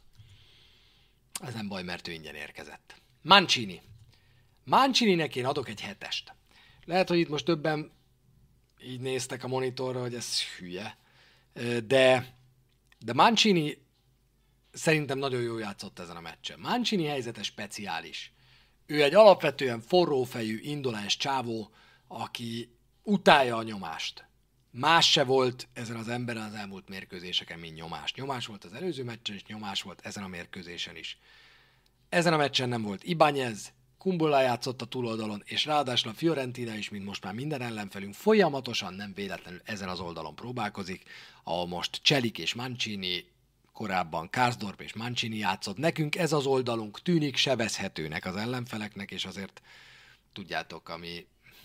Ez nem baj, mert ő ingyen érkezett. Mancini. Mancininek én adok egy hetest. Lehet, hogy itt most többen így néztek a monitorra, hogy ez hülye. De, de Mancini szerintem nagyon jól játszott ezen a meccsen. Mancini helyzete speciális. Ő egy alapvetően forrófejű, indolens csávó, aki utálja a nyomást. Más se volt ezen az emberen az elmúlt mérkőzéseken, mint nyomás. Nyomás volt az előző meccsen, és nyomás volt ezen a mérkőzésen is. Ezen a meccsen nem volt Ibáñez, Kumbulla játszott a túloldalon, és ráadásul a Fiorentina is, mint most már minden ellenfelünk, folyamatosan nem véletlenül ezen az oldalon próbálkozik, ahol most Cselik és Mancini, korábban Karsdorp és Mancini játszott. Nekünk ez az oldalunk tűnik sebezhetőnek az ellenfeleknek, és azért tudjátok, ami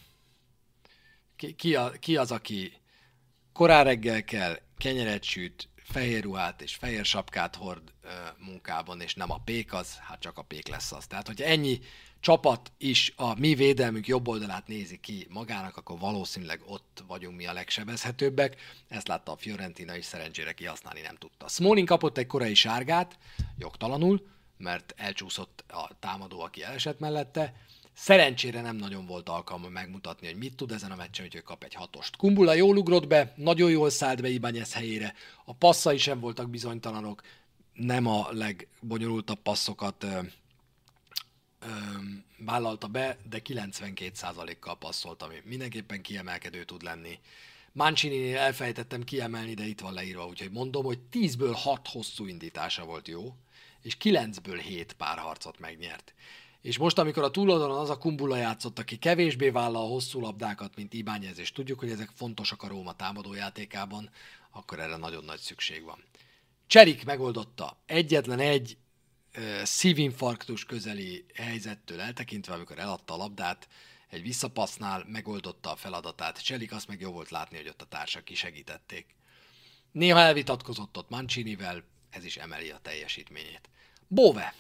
ki, ki, a, ki az, aki korán reggel kell, kenyeret süt, fehér ruhát és fehér sapkát hord ö, munkában, és nem a pék az, hát csak a pék lesz az. Tehát, hogyha ennyi csapat is a mi védelmünk jobb oldalát nézi ki magának, akkor valószínűleg ott vagyunk mi a legsebezhetőbbek. Ezt látta a Fiorentina is, szerencsére kihasználni nem tudta. Smalling kapott egy korai sárgát, jogtalanul, mert elcsúszott a támadó, aki elesett mellette. Szerencsére nem nagyon volt alkalma megmutatni, hogy mit tud ezen a meccsen, hogy ő kap egy hatost. Kumbulla jól ugrott be, nagyon jól szállt be Ibáñez helyére, a passzai sem voltak bizonytalanok, nem a legbonyolultabb passzokat ö, ö, vállalta be, de kilencvenkét százalékkal passzolt, ami mindenképpen kiemelkedő tud lenni. Mancini-nél elfelejtettem kiemelni, de itt van leírva, úgyhogy mondom, hogy tízből hat hosszú indítása volt jó, és kilencből hét párharcot megnyert. És most, amikor a túloldalon az a Kumbula játszott, aki kevésbé vállal a hosszú labdákat, mint Ibáñez, és tudjuk, hogy ezek fontosak a Róma támadójátékában, akkor erre nagyon nagy szükség van. Cserik megoldotta egyetlen egy uh, szívinfarktus közeli helyzettől eltekintve, amikor eladta a labdát, egy visszapassznál megoldotta a feladatát. Cselik azt meg jó volt látni, hogy ott a társak kisegítették. Néha elvitatkozott ott Mancinivel, ez is emeli a teljesítményét. Bove.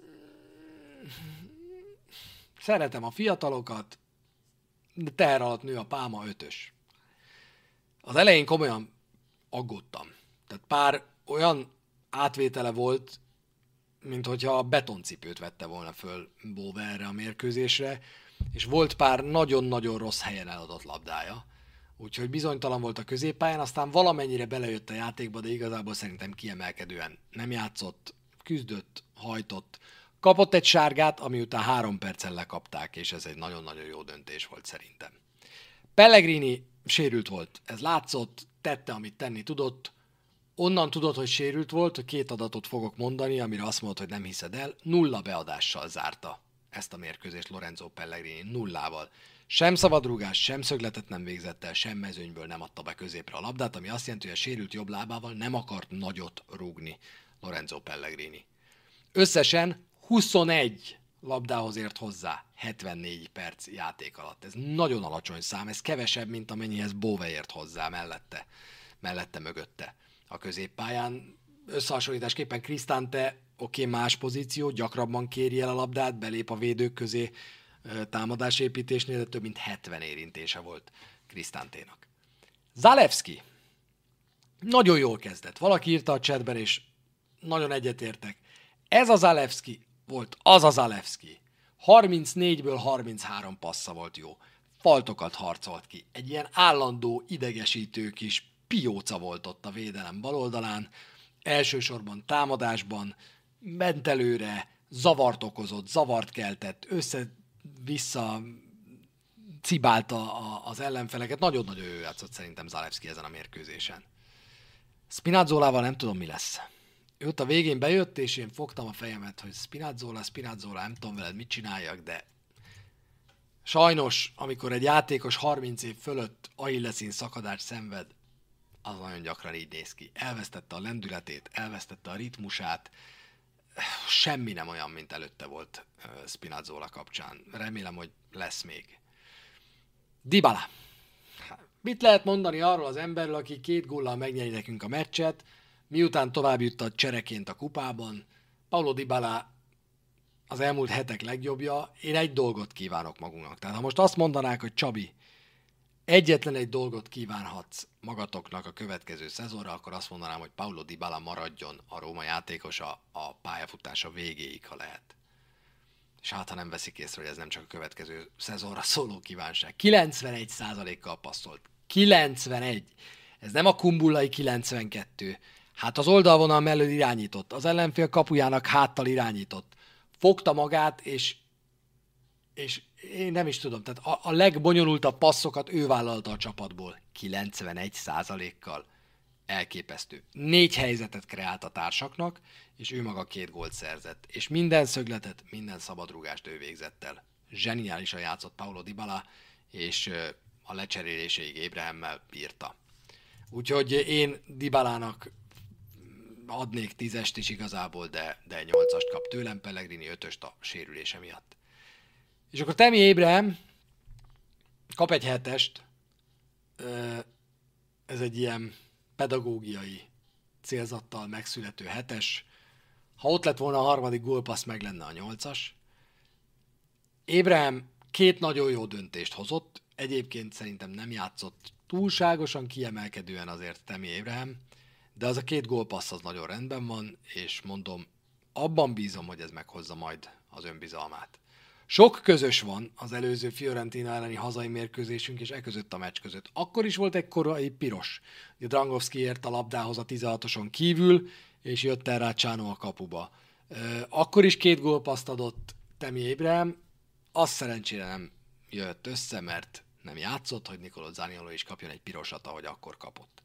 Szeretem a fiatalokat, de teher alatt nő a pálma, ötös. Az elején komolyan aggódtam. Tehát pár olyan átvétele volt, mint hogyha a betoncipőt vette volna föl Bove erre a mérkőzésre, és volt pár nagyon-nagyon rossz helyen eladott labdája. Úgyhogy bizonytalan volt a középpályán, aztán valamennyire belejött a játékba, de igazából szerintem kiemelkedően nem játszott, küzdött, hajtott. Kapott egy sárgát, ami után három perccel lekapták, és ez egy nagyon-nagyon jó döntés volt szerintem. Pellegrini sérült volt, ez látszott, tette, amit tenni tudott. Onnan tudod, hogy sérült volt, hogy két adatot fogok mondani, amire azt mondod, hogy nem hiszed el. Nulla beadással zárta ezt a mérkőzést Lorenzo Pellegrini, nullával. Sem szabadrúgás, sem szögletet nem végzett el, sem mezőnyből nem adta be középre a labdát, ami azt jelenti, hogy a sérült jobb lábával nem akart nagyot rúgni Lorenzo Pellegrini. Összesen huszonegy labdához ért hozzá hetvennégy perc játék alatt. Ez nagyon alacsony szám, ez kevesebb, mint amennyihez Bove ért hozzá mellette, mellette mögötte a középpályán. Összehasonlításképpen Cristante oké, okay, más pozíció, gyakrabban kéri el a labdát, belép a védők közé támadásépítésnél, de több mint hetven érintése volt Cristanténak. Zalewski nagyon jól kezdett. Valaki írta a chatben, és nagyon egyetértek. Ez a Zalewski volt az a Zalewski. harmincnégyből harminchárom passza volt jó. Faltokat harcolt ki. Egy ilyen állandó, idegesítő kis pióca volt ott a védelem baloldalán. Elsősorban támadásban, ment előre, zavart okozott, zavart keltett, össze-vissza cibálta az ellenfeleket. Nagyon-nagyon jó játszott szerintem Zalewski ezen a mérkőzésen. Spinazzolával nem tudom, mi lesz. Ő ott a végén bejött, és én fogtam a fejemet, hogy Spinazzola, Spinazzola, nem tudom veled mit csináljak, de sajnos, amikor egy játékos harminc év fölött Achilleszín szakadást szenved, az nagyon gyakran így néz ki. Elvesztette a lendületét, elvesztette a ritmusát, semmi nem olyan, mint előtte volt Spinazzola kapcsán. Remélem, hogy lesz még. Dybala. Mit lehet mondani arról az emberről, aki két góllal megnyeri nekünk a meccset, miután tovább jutott csereként a kupában? Paulo Dybala az elmúlt hetek legjobbja. Én egy dolgot kívánok magunknak. Tehát ha most azt mondanák, hogy Csabi, egyetlen egy dolgot kívánhatsz magatoknak a következő szezonra, akkor azt mondanám, hogy Paulo Dybala maradjon a Róma játékosa a pályafutása végéig, ha lehet. És hát, ha nem veszik észre, hogy ez nem csak a következő szezonra szóló kívánság. kilencvenegy százalékkal passzolt. kilencvenegy. Ez nem a Kumbullai kilencvenkettő. Hát az oldalvonal mellől irányított. Az ellenfél kapujának háttal irányított. Fogta magát, és és én nem is tudom, tehát a, a legbonyolultabb passzokat ő vállalta a csapatból. kilencvenegy százalékkal. Elképesztő. Négy helyzetet kreált a társaknak, és ő maga két gólt szerzett. És minden szögletet, minden szabadrúgást ő végzett el. Zseniálisan játszott Paulo Dybala, és a lecseréléséig Abraham-mel bírta. Úgyhogy én Dybalának adnék tízest is igazából, de, de nyolcast kap tőlem, Pellegrini ötöst a sérülése miatt. És akkor Tammy Abraham kap egy hetest, ez egy ilyen pedagógiai célzattal megszülető hetes. Ha ott lett volna a harmadik gólpassz, meg lenne a nyolcas. Abraham két nagyon jó döntést hozott, egyébként szerintem nem játszott túlságosan kiemelkedően azért Tammy Abraham, de az a két gólpassz az nagyon rendben van, és mondom, abban bízom, hogy ez meghozza majd az önbizalmát. Sok közös van az előző Fiorentina elleni hazai mérkőzésünk és e között a meccs között. Akkor is volt egy korai piros. Drangowski ért a labdához a tizenhatoson kívül, és jött el rá Csánó a kapuba. Akkor is két gólpaszt adott Tammy Abraham, az szerencsére nem jött össze, mert nem játszott, hogy Nicolo Zaniolo is kapjon egy pirosat, ahogy akkor kapott.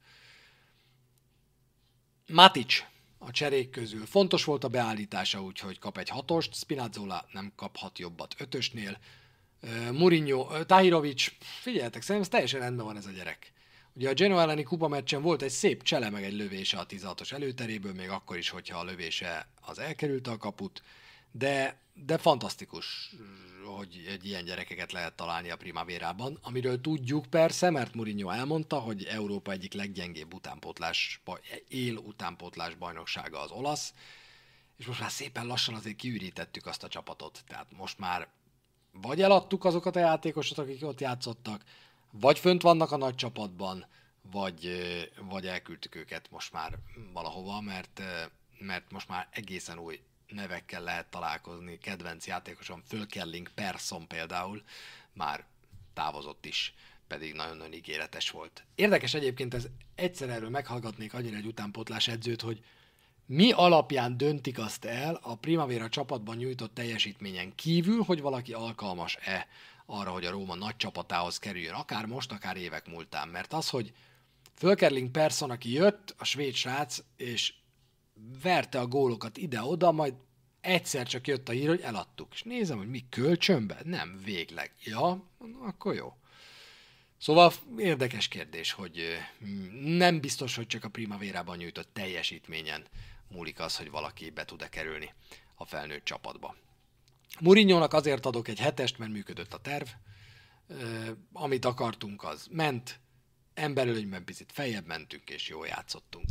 Matic a cserék közül fontos volt a beállítása, úgyhogy kap egy hatost, Spinazzola nem kaphat jobbat ötösnél, Mourinho, Tahirovic, figyeljetek, szerintem ez teljesen rendben van ez a gyerek. Ugye a Genoa elleni kupa meccsen volt egy szép csele meg egy lövése a tizenhatos előteréből, még akkor is, hogyha a lövése az elkerülte a kaput, de, de fantasztikus, hogy egy ilyen gyerekeket lehet találni a Primavérában, amiről tudjuk persze, mert Mourinho elmondta, hogy Európa egyik leggyengébb utánpótlás, él utánpótlás bajnoksága az olasz, és most már szépen lassan azért kiürítettük azt a csapatot, tehát most már vagy eladtuk azokat a játékosokat, akik ott játszottak, vagy fönt vannak a nagy csapatban, vagy, vagy elküldtük őket most már valahova, mert, mert most már egészen új nevekkel lehet találkozni. Kedvenc játékosom, Fölkerling Persson például, már távozott is, pedig nagyon-nagyon ígéretes volt. Érdekes egyébként, ez egyszer erről meghallgatnék annyira egy utánpótlás edzőt, hogy mi alapján döntik azt el a Primavera csapatban nyújtott teljesítményen kívül, hogy valaki alkalmas-e arra, hogy a Róma nagy csapatához kerüljön, akár most, akár évek múltán. Mert az, hogy Fölkerling Persson, aki jött, a svéd srác, és verte a gólokat ide-oda, majd egyszer csak jött a hír, hogy eladtuk. És nézem, hogy mi kölcsönbe? Nem, végleg. Ja, akkor jó. Szóval érdekes kérdés, hogy nem biztos, hogy csak a Primavérában nyújtott teljesítményen múlik az, hogy valaki be tud-e kerülni a felnőtt csapatba. Mourinho-nak azért adok egy hetest, mert működött a terv. Amit akartunk, az ment. Emberölönyben picit feljebb mentünk, és jól játszottunk.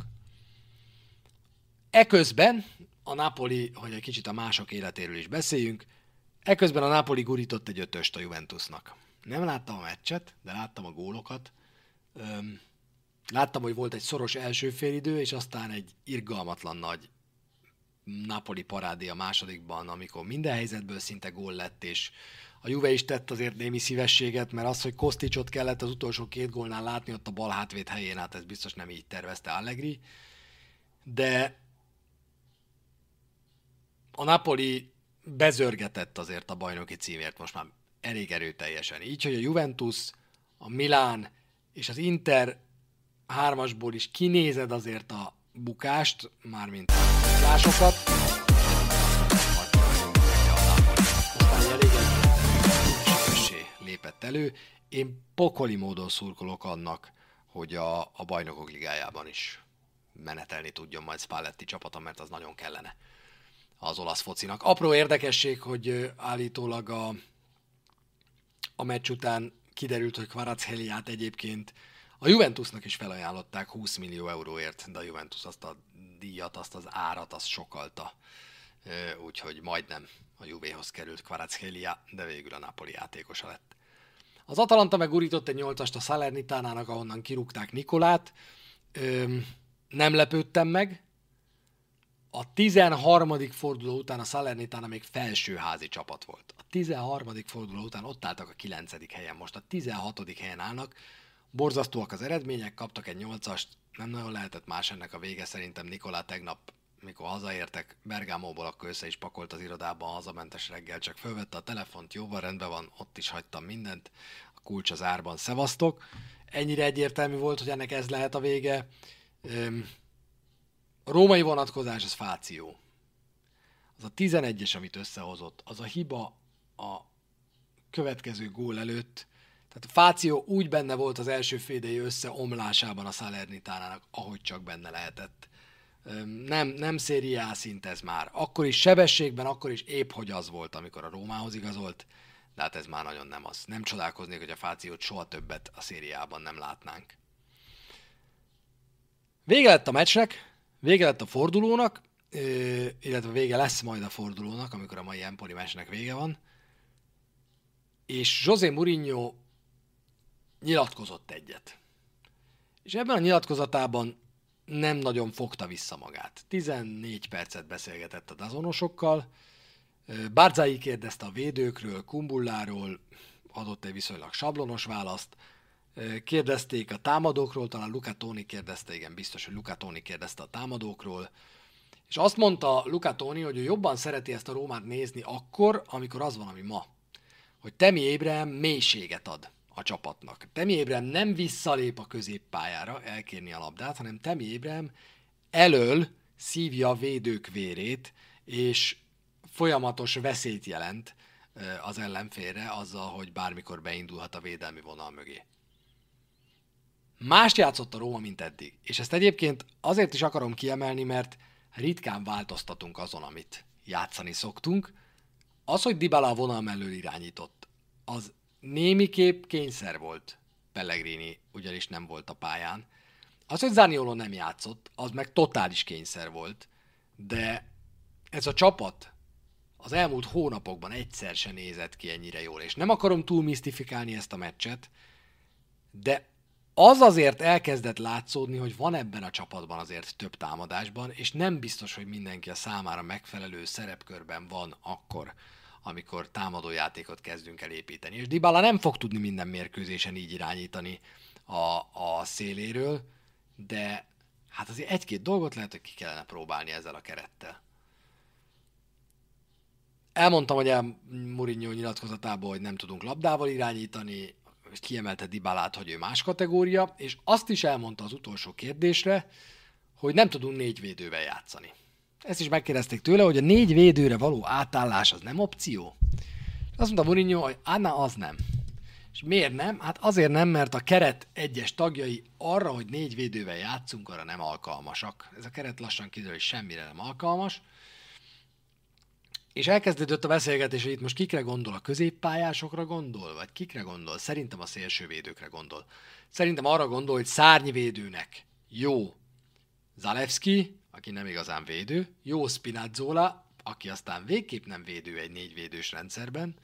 Eközben a Napoli, hogy egy kicsit a mások életéről is beszéljünk, eközben a Napoli gurított egy ötöst a Juventusnak. Nem láttam a meccset, de láttam a gólokat. Öm, láttam, hogy volt egy szoros első félidő, és aztán egy irgalmatlan nagy Napoli parádé a másodikban, amikor minden helyzetből szinte gól lett, és a Juve is tett azért némi szívességet, mert az, hogy Kostićot kellett az utolsó két gólnál látni ott a bal hátvéd helyén, hát ez biztos nem így tervezte Allegri. De a Napoli bezörgetett azért a bajnoki címért most már elég erőteljesen. Így, hogy a Juventus, a Milán és az Inter hármasból is kinézed azért a bukást, mármint a buklásokat. Aztán elég lépett elő. Én pokoli módon szurkolok annak, hogy a, a bajnokok ligájában is menetelni tudjon majd Spalletti csapata, mert az nagyon kellene az olasz focinak. Apró érdekesség, hogy állítólag a, a meccs után kiderült, hogy Kvaratskhelia-t egyébként a Juventusnak is felajánlották húsz millió euróért, de a Juventus azt a díjat, azt az árat, azt sokalta. Úgyhogy majdnem a Juvéhoz került Kvaratskhelia, de végül a Napoli játékosa lett. Az Atalanta megurított egy nyolcast a Salernitánának, ahonnan kirúgták Nikolát. Nem lepődtem meg. A tizenharmadik forduló után a Salernitána még felsőházi csapat volt. A tizenharmadik forduló után ott álltak a kilencedik helyen, most a tizenhatodik helyen állnak. Borzasztóak az eredmények, kaptak egy nyolcast, nem nagyon lehetett más ennek a vége, szerintem Nikolá tegnap, mikor hazaértek Bergámóból, akkor össze is pakolt az irodában, hazamentes reggel, csak fölvette a telefont, jóval rendben van, ott is hagytam mindent, a kulcs az árban, szevasztok. Ennyire egyértelmű volt, hogy ennek ez lehet a vége. A római vonatkozás, az fáció. Az a tizenegyes, amit összehozott, az a hiba a következő gól előtt. Tehát a fáció úgy benne volt az első félidei összeomlásában a Salernitánának, ahogy csak benne lehetett. Nem, nem Serie A szint ez már. Akkor is sebességben, akkor is épp hogy az volt, amikor a Rómához igazolt, de hát ez már nagyon nem az. Nem csodálkoznék, hogy a fációt soha többet a Serie A-ban nem látnánk. Vége lett a meccsnek, vége lett a fordulónak, illetve vége lesz majd a fordulónak, amikor a mai Empoli meccsnek vége van, és José Mourinho nyilatkozott egyet. És ebben a nyilatkozatában nem nagyon fogta vissza magát. tizennégy percet beszélgetett a dazonosokkal, Barzai kérdezte a védőkről, Kumbulláról, adott egy viszonylag sablonos választ, kérdezték a támadókról, talán Luca Toni kérdezte, igen, biztos, hogy Luca Toni kérdezte a támadókról, És azt mondta Luca Toni, hogy ő jobban szereti ezt a Rómát nézni akkor, amikor az van, ami ma. Hogy Tammy Abraham mélységet ad a csapatnak. Tammy Abraham nem visszalép a középpályára elkérni a labdát, hanem Tammy Abraham elől szívja a védők vérét, és folyamatos veszélyt jelent az ellenfélre azzal, hogy bármikor beindulhat a védelmi vonal mögé. Mást játszott a Róma, mint eddig. És ezt egyébként azért is akarom kiemelni, mert ritkán változtatunk azon, amit játszani szoktunk. Az, hogy Dybala a vonal mellől irányított, az némiképp kényszer volt. Pellegrini ugyanis nem volt a pályán. Az, hogy Zaniolo nem játszott, az meg totális kényszer volt. De ez a csapat az elmúlt hónapokban egyszer se nézett ki ennyire jól. És nem akarom túl misztifikálni ezt a meccset, de az azért elkezdett látszódni, hogy van ebben a csapatban azért több támadásban, és nem biztos, hogy mindenki a számára megfelelő szerepkörben van akkor, amikor támadójátékot kezdünk el építeni. És Dybala nem fog tudni minden mérkőzésen így irányítani a, a széléről, de hát azért egy-két dolgot lehet, hogy ki kellene próbálni ezzel a kerettel. Elmondtam, hogy a Mourinho nyilatkozatából, hogy nem tudunk labdával irányítani, kiemelte Dybalát, hogy ő más kategória, és azt is elmondta az utolsó kérdésre, hogy nem tudunk négy védővel játszani. Ezt is megkérdezték tőle, hogy a négy védőre való átállás az nem opció. Azt mondta Mourinho, hogy Anna az nem. És miért nem? Hát azért nem, mert a keret egyes tagjai arra, hogy négy védővel játszunk, arra nem alkalmasak. Ez a keret lassan kiderül, hogy semmire nem alkalmas. És elkezdődött a beszélgetés, hogy itt most kikre gondol, a középpályásokra gondol, vagy kikre gondol? Szerintem a szélsővédőkre gondol. Szerintem arra gondol, hogy szárnyvédőnek jó Zalewski, aki nem igazán védő, jó Spinazzola, aki aztán végképp nem védő egy négyvédős rendszerben,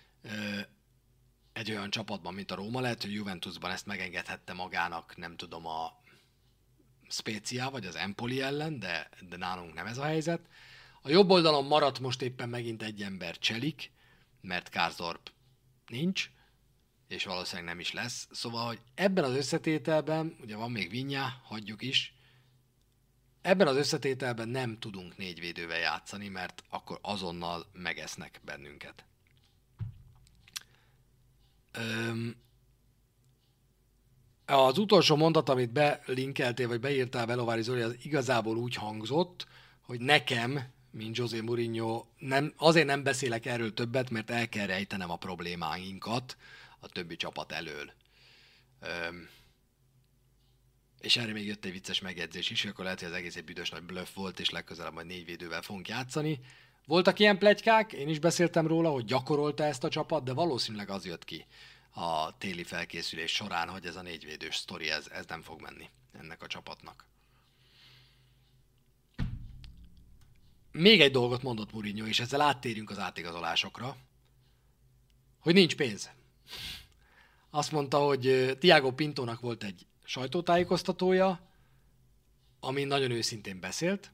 egy olyan csapatban, mint a Róma, lehet, hogy Juventusban ezt megengedhette magának, nem tudom, a Spezia vagy az Empoli ellen, de, de nálunk nem ez a helyzet. A jobb oldalon maradt most éppen megint egy ember, Cselik, mert Karsdorp nincs, és valószínűleg nem is lesz. Szóval, hogy ebben az összetételben, ugye van még Vinyá, hagyjuk is, ebben az összetételben nem tudunk négy védővel játszani, mert akkor azonnal megesznek bennünket. Öm, az utolsó mondat, amit belinkeltél, vagy beírtál Belovári Zoli, az igazából úgy hangzott, hogy nekem, mint José Mourinho, nem, azért nem beszélek erről többet, mert el kell rejtenem a problémáinkat a többi csapat elől. Öm, és erre még jött egy vicces megjegyzés is, akkor lehet, hogy az egész egy büdös nagy bluff volt, és legközelebb majd négy védővel fogunk játszani. Voltak ilyen pletykák, én is beszéltem róla, hogy gyakorolta ezt a csapat, de valószínűleg az jött ki a téli felkészülés során, hogy ez a négyvédős sztori, ez, ez nem fog menni ennek a csapatnak. Még egy dolgot mondott Mourinho, és ezzel áttérünk az átigazolásokra, hogy nincs pénz. Azt mondta, hogy Thiago Pintónak volt egy sajtótájékoztatója, amin nagyon őszintén beszélt,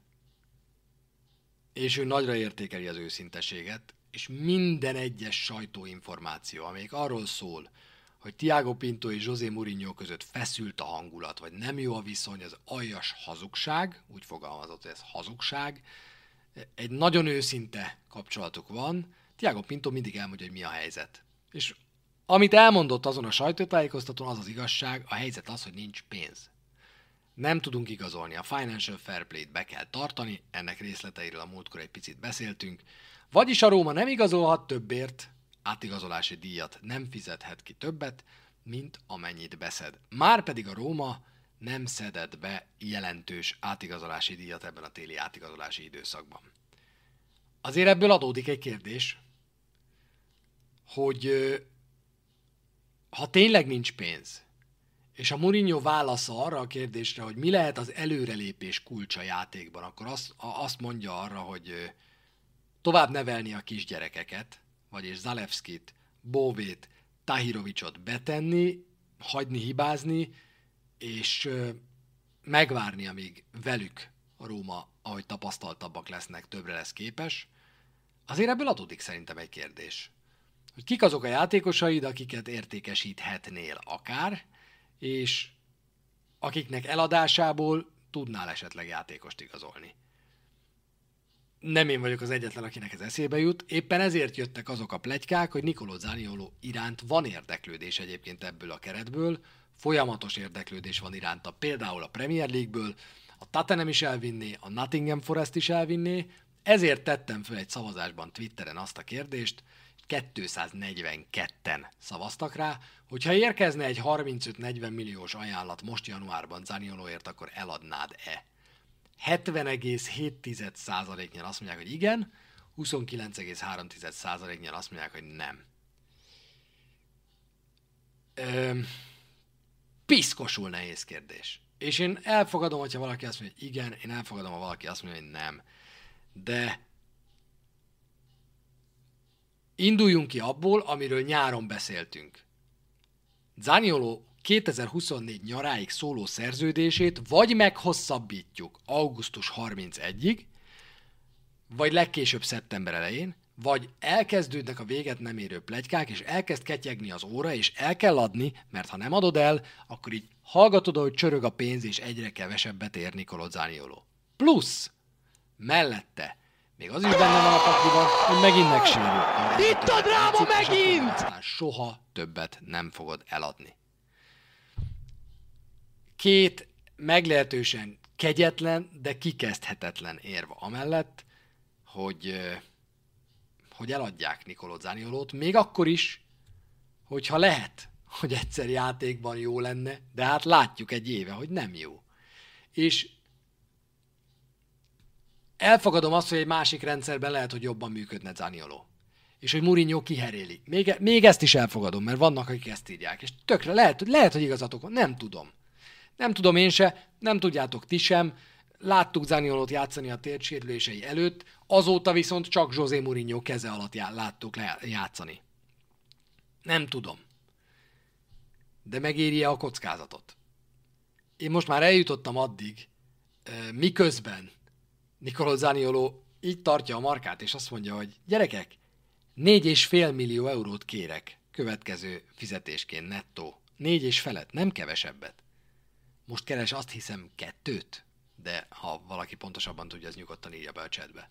és ő nagyra értékeli az őszintességet, és minden egyes sajtóinformáció, amelyik arról szól, hogy Thiago Pinto és José Mourinho között feszült a hangulat, vagy nem jó a viszony, az aljas hazugság, úgy fogalmazott, hogy ez hazugság, egy nagyon őszinte kapcsolatuk van, Thiago Pinto mindig elmondja, hogy mi a helyzet. És amit elmondott azon a sajtótájékoztatón, az az igazság, a helyzet az, hogy nincs pénz. Nem tudunk igazolni, a Financial Fair Play-t be kell tartani, ennek részleteiről a múltkor egy picit beszéltünk, vagyis a Róma nem igazolhat többért, átigazolási díjat nem fizethet ki többet, mint amennyit beszed. Márpedig a Róma nem szedett be jelentős átigazolási díjat ebben a téli átigazolási időszakban. Azért ebből adódik egy kérdés, hogy ha tényleg nincs pénz, és a Mourinho válasza arra a kérdésre, hogy mi lehet az előrelépés kulcsa játékban, akkor azt, azt mondja arra, hogy tovább nevelni a kisgyerekeket, vagyis Zalewskit, Bóvét, Tahirovicsot betenni, hagyni hibázni, és megvárni, amíg velük a Róma, ahogy tapasztaltabbak lesznek, többre lesz képes. Azért ebből adódik szerintem egy kérdés, hogy kik azok a játékosaid, akiket értékesíthetnél akár, és akiknek eladásából tudnál esetleg játékost igazolni. nem én vagyok az egyetlen, akinek ez eszébe jut. Éppen ezért jöttek azok a pletykák, hogy Niccolò Zaniolò iránt van érdeklődés egyébként ebből a keretből, folyamatos érdeklődés van iránta, például a Premier League-ből, a Tottenham is elvinné, a Nottingham Forest is elvinné, ezért tettem föl egy szavazásban Twitteren azt a kérdést, kétszáznegyvenketten szavaztak rá, hogyha érkezne egy harmincöt-negyven milliós ajánlat most januárban Zaniolóért, akkor eladnád-e? hetven egész hét százaléknyian azt mondják, hogy igen, huszonkilenc egész három százaléknyian azt mondják, hogy nem. Ö, piszkosul nehéz kérdés. És én elfogadom, hogyha valaki azt mondja, hogy igen, én elfogadom, ha valaki azt mondja, hogy nem. De induljunk ki abból, amiről nyáron beszéltünk. Zaniolò kétezer-huszonnégy nyaráig szóló szerződését vagy meghosszabbítjuk augusztus harmincegyedikéig, vagy legkésőbb szeptember elején, vagy elkezdődnek a véget nem érő pletykák, és elkezd ketyegni az óra, és el kell adni, mert ha nem adod el, akkor így hallgatod, hogy csörög a pénz, és egyre kevesebbet ér Niccolò Zaniolò. Plusz, mellette, még az is benne van a pakliban, hogy megint megsérül. Itt a dráma megint! Aztán soha többet nem fogod eladni. Két meglehetősen kegyetlen, de kikezdhetetlen érv amellett, hogy, hogy eladják Niccolò Zaniolót, még akkor is, hogyha lehet, hogy egyszer játékban jó lenne, de hát látjuk egy éve, hogy nem jó. És elfogadom azt, hogy egy másik rendszerben lehet, hogy jobban működne Zaniolò. És hogy Mourinho kiheréli. Még, még ezt is elfogadom, mert vannak, akik ezt írják. És tökre lehet, lehet, hogy igazatok van. Nem tudom. Nem tudom én se, nem tudjátok ti sem. Láttuk Zaniolót játszani a térsérülései előtt, azóta viszont csak José Mourinho keze alatt já- láttuk le- játszani. Nem tudom. De megéri-e a kockázatot? Én most már eljutottam addig, miközben Niccolò Zaniolò így tartja a markát, és azt mondja, hogy gyerekek, négy és fél millió eurót kérek következő fizetésként nettó. Négy és felett, nem kevesebbet. Most keres azt hiszem kettőt, de ha valaki pontosabban tudja, az nyugodtan írja be a chatbe.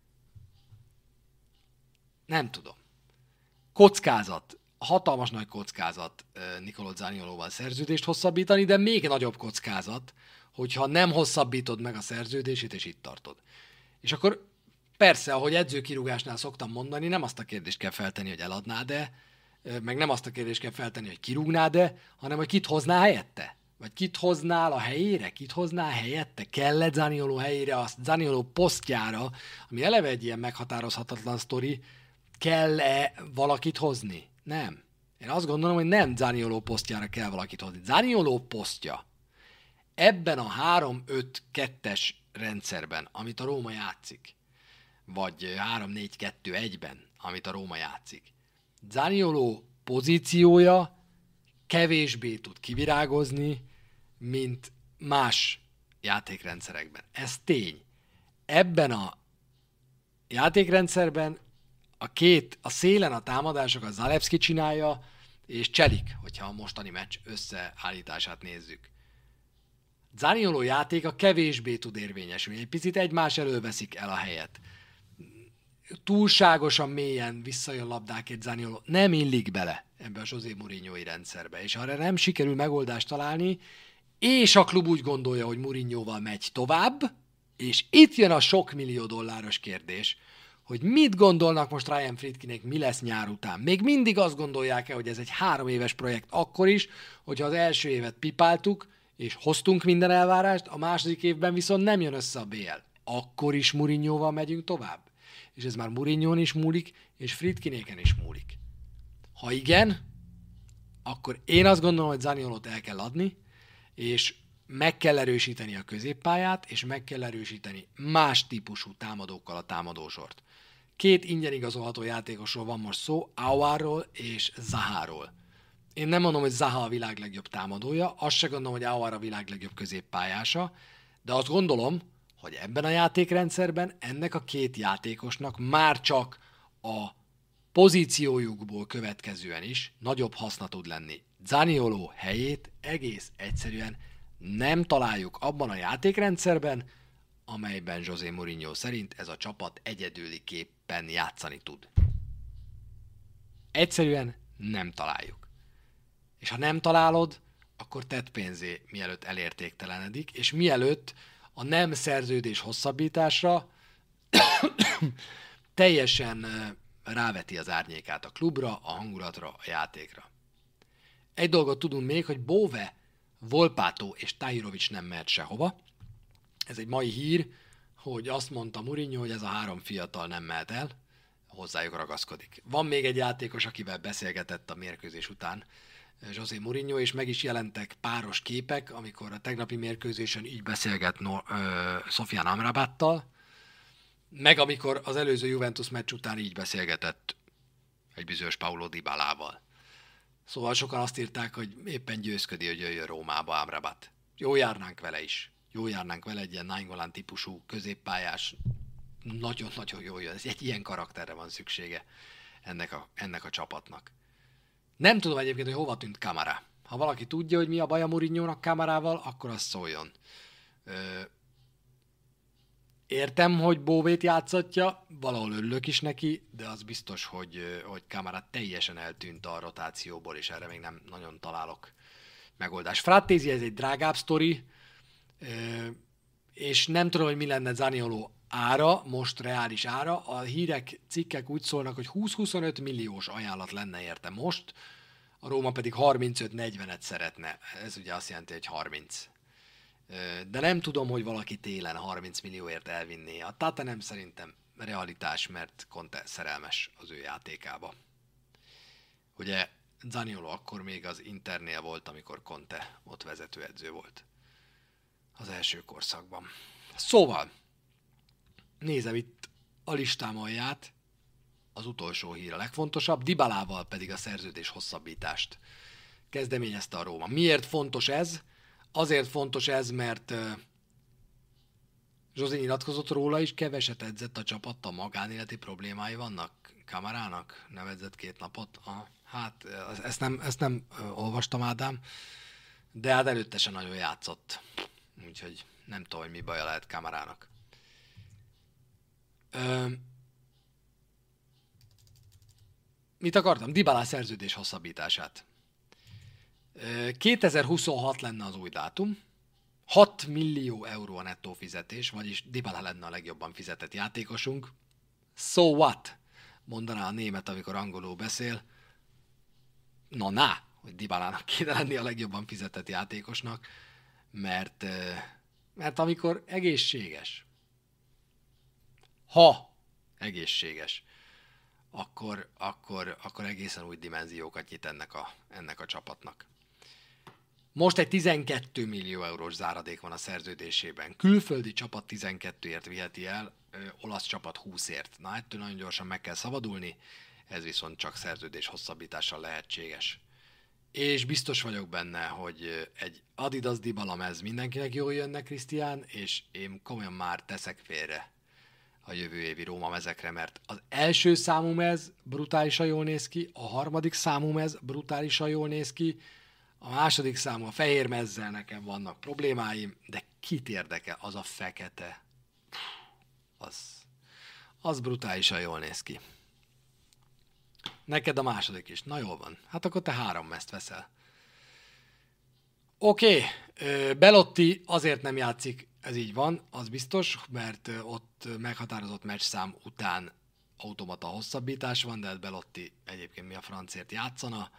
Nem tudom. Kockázat, hatalmas nagy kockázat Niccolò Zaniolóval szerződést hosszabbítani, de még nagyobb kockázat, hogyha nem hosszabbítod meg a szerződését, és itt tartod. És akkor persze, ahogy edzőkirúgásnál szoktam mondani, nem azt a kérdést kell feltenni, hogy eladnád-e, meg nem azt a kérdést kell feltenni, hogy kirúgnád-e, hanem hogy kit hoznál helyette. Vagy kit hoznál a helyére, kit hoznál helyette, kell-e Zaniolò helyére, a Zaniolò posztjára, ami eleve egy ilyen meghatározhatatlan sztori, kell-e valakit hozni? Nem. Én azt gondolom, hogy nem Zaniolò posztjára kell valakit hozni. Zaniolò posztja ebben a három öt kettes rendszerben, amit a Róma játszik, vagy három négy kettő egyben, amit a Róma játszik, Zaniolò pozíciója kevésbé tud kivirágozni, mint más játékrendszerekben. Ez tény. Ebben a játékrendszerben a két, a szélen a támadásokat Zalewski csinálja, és Cselik, hogyha a mostani meccs összeállítását nézzük. Zaniolò játéka kevésbé tud érvényesülni. Egy picit egymás elől veszik el a helyet. Túlságosan mélyen visszajön labdákért Zaniolò. Nem illik bele ebbe a José Mourinho-i rendszerbe. És ha arra nem sikerül megoldást találni, és a klub úgy gondolja, hogy Mourinhoval megy tovább, és itt jön a sok millió dolláros kérdés, hogy mit gondolnak most Ryan Friedkinek, mi lesz nyár után. Még mindig azt gondolják-e, hogy ez egy három éves projekt akkor is, hogyha az első évet pipáltuk, és hoztunk minden elvárást, a második évben viszont nem jön össze a bé el. Akkor is Mourinhoval megyünk tovább. És ez már Mourinhón is múlik, és Friedkinéken is múlik. Ha igen, akkor én azt gondolom, hogy Zaniolót el kell adni, és meg kell erősíteni a középpályát, és meg kell erősíteni más típusú támadókkal a támadósort. Két ingyen igazolható játékosról van most szó, Aouarról és Zaháról. Én nem mondom, hogy Zaha a világ legjobb támadója, azt se gondolom, hogy Aouar a világ legjobb középpályása, de azt gondolom, hogy ebben a játékrendszerben ennek a két játékosnak már csak a pozíciójukból következően is nagyobb haszna tud lenni. Zaniolò helyét egész egyszerűen nem találjuk abban a játékrendszerben, amelyben José Mourinho szerint ez a csapat egyedüliképpen játszani tud. Egyszerűen nem találjuk. És ha nem találod, akkor tedd pénzé, mielőtt elértéktelenedik, és mielőtt a nem szerződés hosszabbításra teljesen ráveti az árnyékát a klubra, a hangulatra, a játékra. Egy dolgot tudunk még, hogy Bove, Volpato és Tahirovic nem mehet sehova. Ez egy mai hír, hogy azt mondta Mourinho, hogy ez a három fiatal nem mehet el, hozzájuk ragaszkodik. Van még egy játékos, akivel beszélgetett a mérkőzés után José Mourinho, és meg is jelentek páros képek, amikor a tegnapi mérkőzésen így beszélget no- ö, Sofiane Amrabattal, meg amikor az előző Juventus meccs után így beszélgetett egy bizonyos Paulo Dybalával. Szóval sokan azt írták, hogy éppen győzködi, hogy jöjjön Rómába Amrabat. Jó járnánk vele is. Jó járnánk vele, egy ilyen Nainggolan típusú középpályás, nagyon-nagyon jól jön. Ez egy ilyen karakterre van szüksége ennek a, ennek a csapatnak. Nem tudom egyébként, hogy hova tűnt Camara. Ha valaki tudja, hogy mi a baj a Mourinho-nak Camarával, akkor azt szóljon. Ö, értem, hogy Bóvét játszatja, valahol örülök is neki, de az biztos, hogy, hogy Camara teljesen eltűnt a rotációból, és erre még nem nagyon találok megoldást. Frattesi, ez egy drágább sztori, és nem tudom, hogy mi lenne Zanioló ára, most reális ára. A hírek, cikkek úgy szólnak, hogy húsz-huszonöt milliós ajánlat lenne érte most, a Róma pedig harmincöt-negyvenet szeretne. Ez ugye azt jelenti, hogy harminc. De nem tudom, hogy valaki télen harminc millióért elvinné. A Tata nem szerintem realitás, mert Conte szerelmes az ő játékába. Ugye Zanioló akkor még az Internél volt, amikor Conte ott vezetőedző volt. Az első korszakban. Szóval, nézem itt a listám alját, az utolsó hír a legfontosabb, Dybalával pedig a szerződés hosszabbítást kezdeményezte a Róma. Miért fontos ez? Azért fontos ez, mert uh, José nyilatkozott róla is, keveset edzett a csapattal, magánéleti problémái vannak Camarának, nem edzett két napot. Ah, hát ezt nem, ezt nem uh, olvastam, Ádám, de hát előtte sem nagyon játszott. Úgyhogy nem tudom, hogy mi baja lehet Camarának. Ö, mit akartam? Dybala szerződés hosszabbítását. Ö, kétezer-huszonhat lenne az új dátum. hat millió euró a nettó fizetés, vagyis Dybala lenne a legjobban fizetett játékosunk. So what? Mondaná a német, amikor angolul beszél. Na, na, hogy Dybalának kéne lenni a legjobban fizetett játékosnak. Mert, mert amikor egészséges, ha egészséges, akkor, akkor, akkor egészen új dimenziókat nyit ennek a, ennek a csapatnak. Most egy tizenkét millió eurós záradék van a szerződésében. Külföldi csapat tizenkettőért viheti el, ö, olasz csapat húszért. Na, ettől nagyon gyorsan meg kell szabadulni, ez viszont csak szerződés hosszabbítással lehetséges. És biztos vagyok benne, hogy egy Adidas Dybala mez mindenkinek jól jönne, Krisztián, és én komolyan már teszek félre a jövő évi Róma mezekre, mert az első számú mez brutálisan jól néz ki, a harmadik számú mez brutálisan jól néz ki, a második számú, a fehér mezzel nekem vannak problémáim, de kit érdekel, az a fekete, az, az brutálisan jól néz ki. Neked a második is. Na jól van. Hát akkor te három mezt veszel. Oké, okay. Belotti azért nem játszik, ez így van, az biztos, mert ott meghatározott meccsszám után automata hosszabbítás van, de hát Belotti egyébként mi a francért játszana.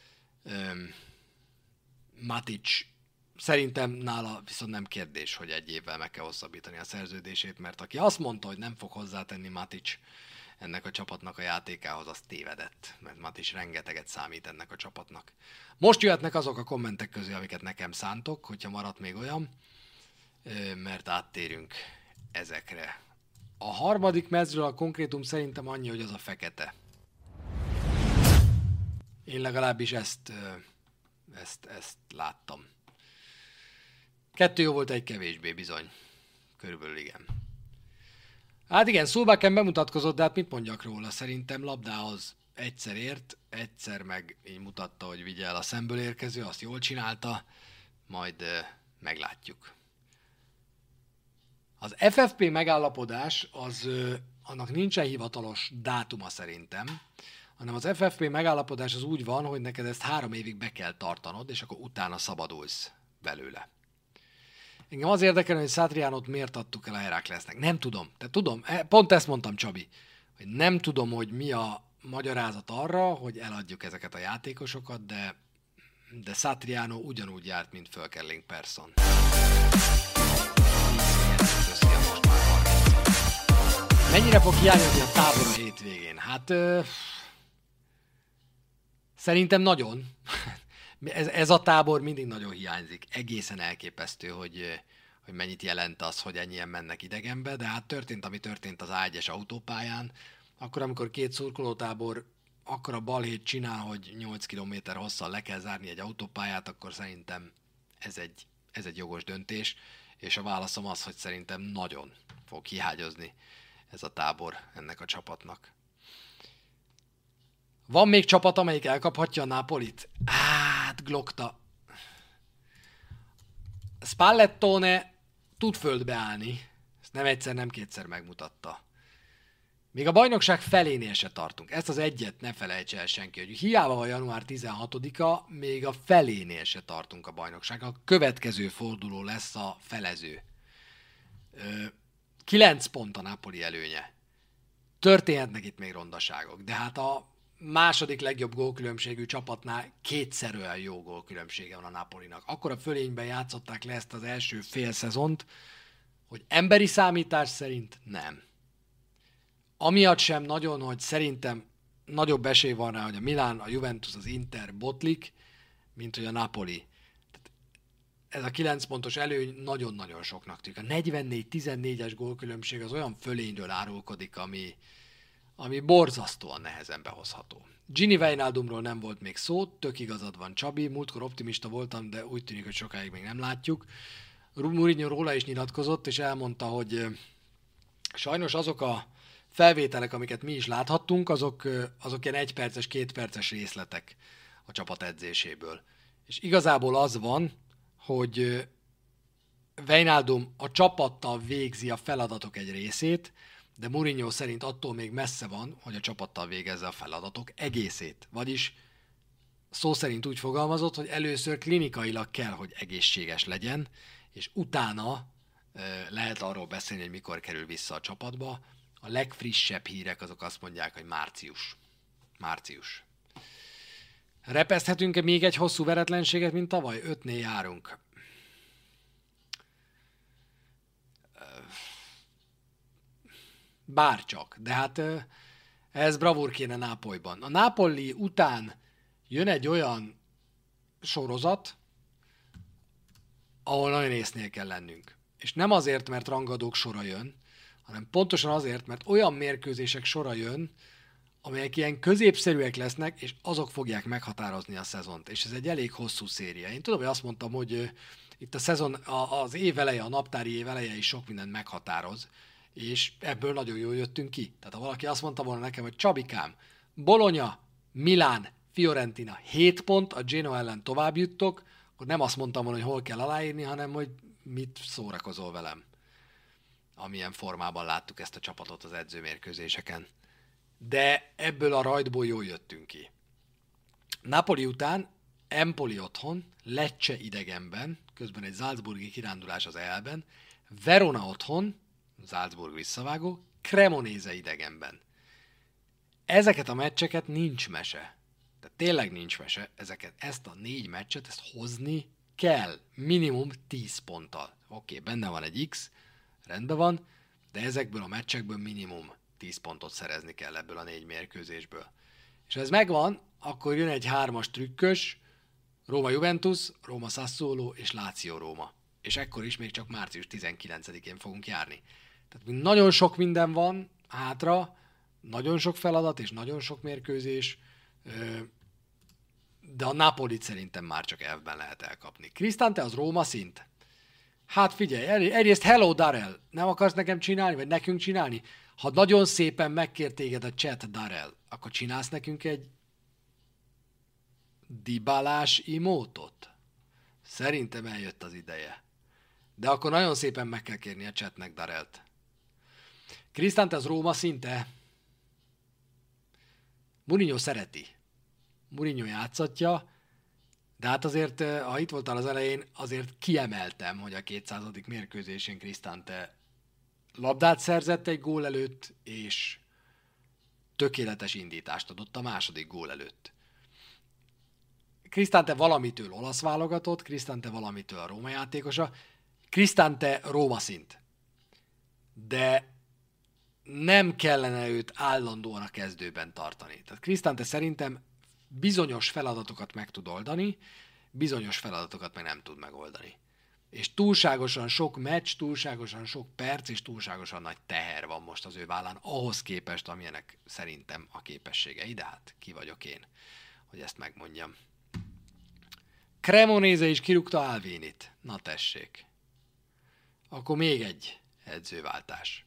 Matic szerintem nála viszont nem kérdés, hogy egy évvel meg kell hosszabbítani a szerződését, mert aki azt mondta, hogy nem fog hozzátenni Matic ennek a csapatnak a játékához, az tévedett, mert Matic rengeteget számít ennek a csapatnak. Most jöhetnek azok a kommentek közé, amiket nekem szántok, hogyha maradt még olyan, mert áttérünk ezekre. A harmadik mezről a konkrétum szerintem annyi, hogy az a fekete. Én legalábbis ezt, ezt, ezt láttam. Kettő jó volt, egy kevésbé bizony. Körülbelül igen. Hát igen, Solbakken bemutatkozott, de hát mit mondjak róla? Szerintem labdához egyszer ért, egyszer meg így mutatta, hogy vigye el a szemből érkező, azt jól csinálta, majd uh, meglátjuk. Az ef ef pé megállapodás, az, annak nincsen hivatalos dátuma szerintem, hanem az ef ef pé megállapodás az úgy van, hogy neked ezt három évig be kell tartanod, és akkor utána szabadulsz belőle. Engem az érdekel, hogy Satrianot miért adtuk el a Heraklesnek. Nem tudom. Tehát tudom, pont ezt mondtam, Csabi, hogy nem tudom, hogy mi a magyarázat arra, hogy eladjuk ezeket a játékosokat, de, de Satriano ugyanúgy járt, mint Fölkerling Persson. Mennyire fog hiányozni a tábor a hétvégén? Hát ö, szerintem nagyon. ez, ez a tábor mindig nagyon hiányzik. Egészen elképesztő, hogy, hogy mennyit jelent az, hogy ennyien mennek idegenbe, de hát történt, ami történt az á egyes autópályán. Akkor, amikor két szurkolótábor akkora balhét csinál, hogy nyolc kilométer hosszan le kell zárni egy autópályát, akkor szerintem ez egy, ez egy jogos döntés, és a válaszom az, hogy szerintem nagyon fog hiányozni ez a tábor ennek a csapatnak. Van még csapat, amelyik elkaphatja a Napolit? Hát, Glokta. Spallettone tud földbe állni. Ezt nem egyszer, nem kétszer megmutatta. Még a bajnokság felénél se tartunk. Ezt az egyet ne felejtse el senki, hogy hiába van január tizenhatodika, még a felénél se tartunk a bajnokság. A következő forduló lesz a felező. Kilenc pont a Napoli előnye. Történhetnek itt még rondaságok, de hát a második legjobb gólkülönbségű csapatnál kétszer olyan jó gólkülönbsége van a Napolinak. Akkor a fölényben játszották le ezt az első fél szezont, hogy emberi számítás szerint nem. Amiatt sem nagyon, hogy szerintem nagyobb esély van rá, hogy a Milán, a Juventus, az Inter botlik, mint hogy a Napoli. Tehát ez a kilenc pontos előny nagyon-nagyon soknak tűnik. A negyvennégy tizennégyes gólkülönbség az olyan fölényről árulkodik, ami, ami borzasztóan nehezen behozható. Gini Wijnaldumról nem volt még szó, tök igazad van, Csabi, múltkor optimista voltam, de úgy tűnik, hogy sokáig még nem látjuk. Mourinho róla is nyilatkozott, és elmondta, hogy sajnos azok a felvételek, amiket mi is láthattunk, azok, azok ilyen egyperces, kétperces részletek a csapat edzéséből. És igazából az van, hogy Wijnaldum a csapattal végzi a feladatok egy részét, de Mourinho szerint attól még messze van, hogy a csapattal végezze a feladatok egészét. Vagyis szó szerint úgy fogalmazott, hogy először klinikailag kell, hogy egészséges legyen, és utána lehet arról beszélni, hogy mikor kerül vissza a csapatba. A legfrissebb hírek azok azt mondják, hogy március. Március. Repeszthetünk-e még egy hosszú veretlenséget, mint tavaly? Ötnél járunk. Bárcsak, de hát ez bravúr kéne Nápolyban. A Napoli után jön egy olyan sorozat, ahol nagyon észnél kell lennünk. És nem azért, mert rangadók sora jön, hanem pontosan azért, mert olyan mérkőzések sora jön, amelyek ilyen középszerűek lesznek, és azok fogják meghatározni a szezont. És ez egy elég hosszú széria. Én tudom, hogy azt mondtam, hogy uh, itt a szezon, a, az év eleje, a naptári év eleje is sok mindent meghatároz, és ebből nagyon jól jöttünk ki. Tehát ha valaki azt mondta volna nekem, hogy Csabikám, Bologna, Milán, Fiorentina hét pont, a Genoa ellen tovább juttok, akkor nem azt mondtam volna, hogy hol kell aláírni, hanem hogy mit szórakozol velem. Amilyen formában láttuk ezt a csapatot az edzőmérkőzéseken. De ebből a rajtból jól jöttünk ki. Napoli után Empoli otthon, Lecce idegenben, közben egy salzburgi kirándulás az Elben, Verona otthon, Salzburg visszavágó, Cremonese idegenben. Ezeket a meccseket nincs mese. Tehát tényleg nincs mese. Ezeket, ezt a négy meccset, ezt hozni kell. Minimum tíz ponttal. Oké, okay, benne van egy X, rendben van, de ezekből a meccsekből minimum tíz pontot szerezni kell ebből a négy mérkőzésből. És ha ez megvan, akkor jön egy hármas trükkös, Róma-Juventus, Róma-Sassuolo és Lazio-Róma. És ekkor is még csak március tizenkilencedikén fogunk járni. Tehát nagyon sok minden van hátra, nagyon sok feladat és nagyon sok mérkőzés, de a Napolit szerintem már csak elfben lehet elkapni. Cristante az Róma szint? Hát figyelj, egyrészt hello Darrell, nem akarsz nekem csinálni, vagy nekünk csinálni? Ha nagyon szépen megkér téged a chat Darrell, akkor csinálsz nekünk egy Dybalás imótot? Szerintem eljött az ideje. De akkor nagyon szépen meg kell kérni a chatnek Darelt. Cristante az Róma szinte? Mourinho szereti. Mourinho játszatja, de hát azért, ha itt voltál az elején, azért kiemeltem, hogy a kétszázadik mérkőzésén Cristante labdát szerzett egy gól előtt, és tökéletes indítást adott a második gól előtt. Cristante valamitől olasz válogatott, Cristante valamitől a Róma játékosa, Cristante Róma szint. De nem kellene őt állandóan a kezdőben tartani. Tehát Cristante szerintem bizonyos feladatokat meg tud oldani, bizonyos feladatokat meg nem tud megoldani. És túlságosan sok meccs, túlságosan sok perc, és túlságosan nagy teher van most az ő vállán, ahhoz képest, amilyenek szerintem a képességei, de hát ki vagyok én, hogy ezt megmondjam. Cremonese is kirúgta Alvinit. Na tessék. Akkor még egy edzőváltás.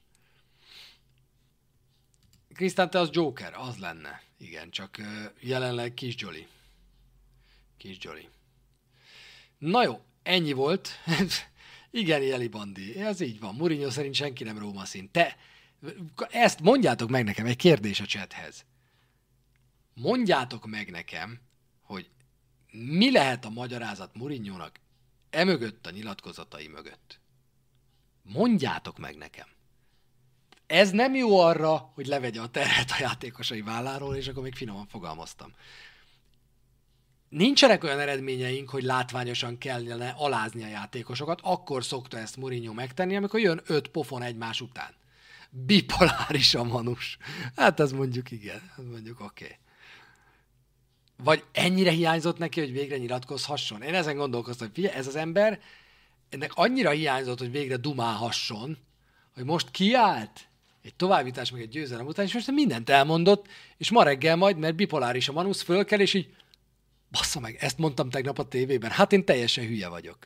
Cristante az Joker, az lenne. Igen, csak uh, jelenleg Kis Jolly. Kis Jolly. Na jó, ennyi volt. Igen, Jeli Bandi, ez így van. Mourinho szerint senki nem Róma szín. Te, ezt mondjátok meg nekem, egy kérdés a chathez. Mondjátok meg nekem, hogy mi lehet a magyarázat Mourinhónak emögött a nyilatkozatai mögött. Mondjátok meg nekem. Ez nem jó arra, hogy levegye a terhet a játékosai válláról, és akkor még finoman fogalmaztam. Nincsenek olyan eredményeink, hogy látványosan kellene alázni a játékosokat, akkor szokta ezt Mourinho megtenni, amikor jön öt pofon egymás után. Bipoláris a manus. Hát ez mondjuk igen, ez mondjuk oké. Okay. Vagy ennyire hiányzott neki, hogy végre nyilatkozhasson. Én ezen gondolkoztam, hogy figyelj, ez az ember, ennek annyira hiányzott, hogy végre dumálhasson, hogy most kiállt egy továbbítás meg egy győzelem után, és most mindent elmondott, és ma reggel majd, mert bipoláris a manusz, fölkel, és így bassza meg, ezt mondtam tegnap a tévében. Hát én teljesen hülye vagyok.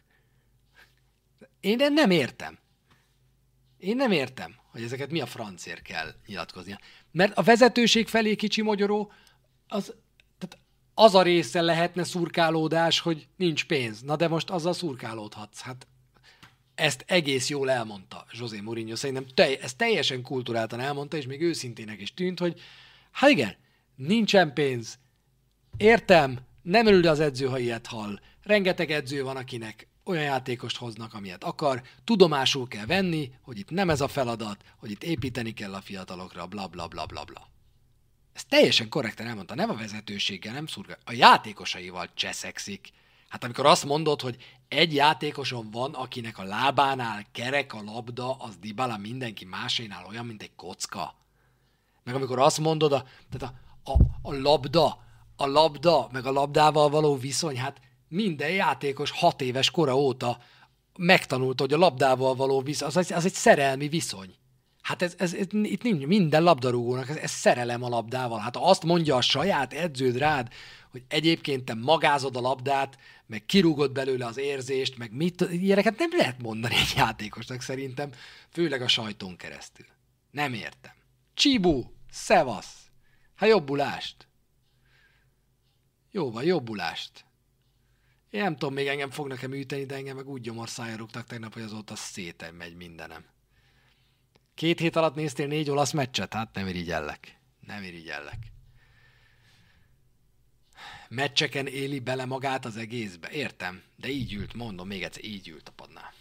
Én nem értem. Én nem értem, hogy ezeket mi a francért kell nyilatkoznia. Mert a vezetőség felé kicsi mogyoró, az, tehát az a része lehetne szurkálódás, hogy nincs pénz. Na de most azzal szurkálódhatsz. Hát ezt egész jól elmondta José Mourinho. Szerintem te, ezt teljesen kulturáltan elmondta, és még őszintének is tűnt, hogy hát igen, nincsen pénz. Értem, nem örül az edző, ha ilyet hall. Rengeteg edző van, akinek olyan játékost hoznak, amilyet akar. Tudomásul kell venni, hogy itt nem ez a feladat, hogy itt építeni kell a fiatalokra, bla bla bla bla bla. Ez teljesen korrekten elmondta, nem a vezetőséggel, nem szurkál. A játékosaival cseszekszik. Hát amikor azt mondod, hogy egy játékoson van, akinek a lábánál kerek a labda, az Dybala mindenki másainál olyan, mint egy kocka. Meg amikor azt mondod, a, tehát a, a, a labda, a labda, meg a labdával való viszony, hát minden játékos hat éves kora óta megtanulta, hogy a labdával való viszony, az, az egy szerelmi viszony. Hát ez, ez, ez itt nincs minden labdarúgónak, ez, ez szerelem a labdával. Hát ha azt mondja a saját edződ rád, hogy egyébként te magázod a labdát, meg kirúgod belőle az érzést, meg mit, ilyeneket nem lehet mondani egy játékosnak szerintem, főleg a sajton keresztül. Nem értem. Csibú, szevasz, hát jobbulást. Jó van, jobbulást. Én nem tudom, még engem fognak-e műteni, de engem meg úgy gyomorszájra rúgtak tegnap, hogy azóta széten megy mindenem. Két hét alatt néztél négy olasz meccset? Hát nem irigyellek. Nem irigyellek. Meccseken éli bele magát az egészbe. Értem, de így ült, mondom még egyszer, így ült a padnál.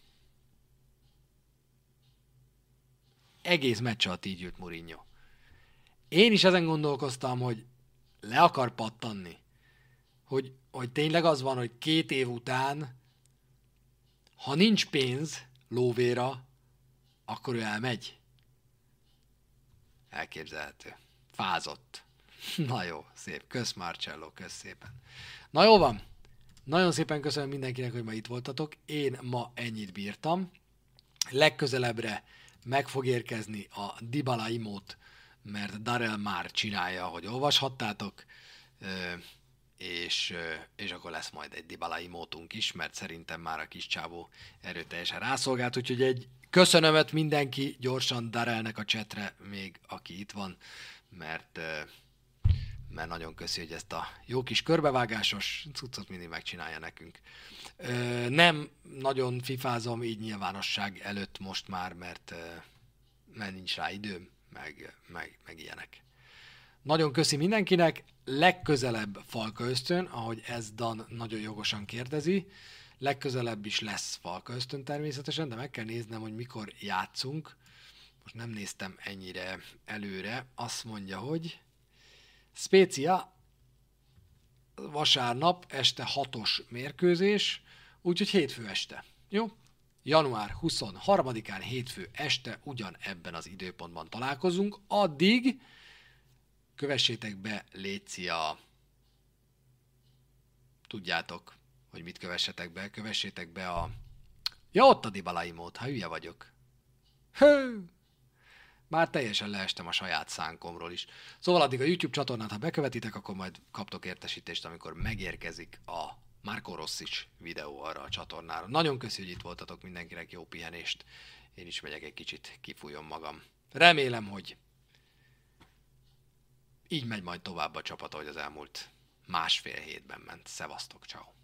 Egész meccs alatt így ült Mourinho. Én is ezen gondolkoztam, hogy le akar pattanni. Hogy, hogy tényleg az van, hogy két év után, ha nincs pénz lóvéra, akkor ő elmegy. Elképzelhető. Fázott. Na jó, szép. Kösz Marcello, kösz szépen. Na jó van. Nagyon szépen köszönöm mindenkinek, hogy ma itt voltatok. Én ma ennyit bírtam. Legközelebbre meg fog érkezni a Dybala imót, mert Darel már csinálja, ahogy olvashattátok, és, és akkor lesz majd egy Dybala imótunk is, mert szerintem már a kis csávó erőteljesen rászolgált, úgyhogy egy köszönömet mindenki gyorsan Darelnek a chatre, még aki itt van, mert, mert nagyon köszi, hogy ezt a jó kis körbevágásos cuccot mindig megcsinálja nekünk. Ö, nem nagyon fifázom így nyilvánosság előtt most már, mert, mert nincs rá időm, meg, meg, meg ilyenek. Nagyon köszi mindenkinek, legközelebb Falka Ösztön, ahogy ez Dan nagyon jogosan kérdezi, legközelebb is lesz Falka Ösztön természetesen, de meg kell néznem, hogy mikor játszunk. Most nem néztem ennyire előre. Azt mondja, hogy Spezia vasárnap este hatos mérkőzés, úgyhogy hétfő este. Jó? január huszonharmadikán hétfő este ugyan ebben az időpontban találkozunk. Addig kövessétek be, létszi a... Tudjátok, hogy mit kövessetek be. Kövessétek be a... Ja, ott a Dybalai mód, ha hülye vagyok. Hő! Már teljesen leestem a saját szánkomról is. Szóval addig a YouTube csatornát, ha bekövetitek, akkor majd kaptok értesítést, amikor megérkezik a Marco Rossics videó arra a csatornára. Nagyon köszi, hogy itt voltatok, mindenkinek jó pihenést. Én is megyek egy kicsit, kifújom magam. Remélem, hogy így megy majd tovább a csapat, ahogy az elmúlt másfél hétben ment. Szevasztok, ciao.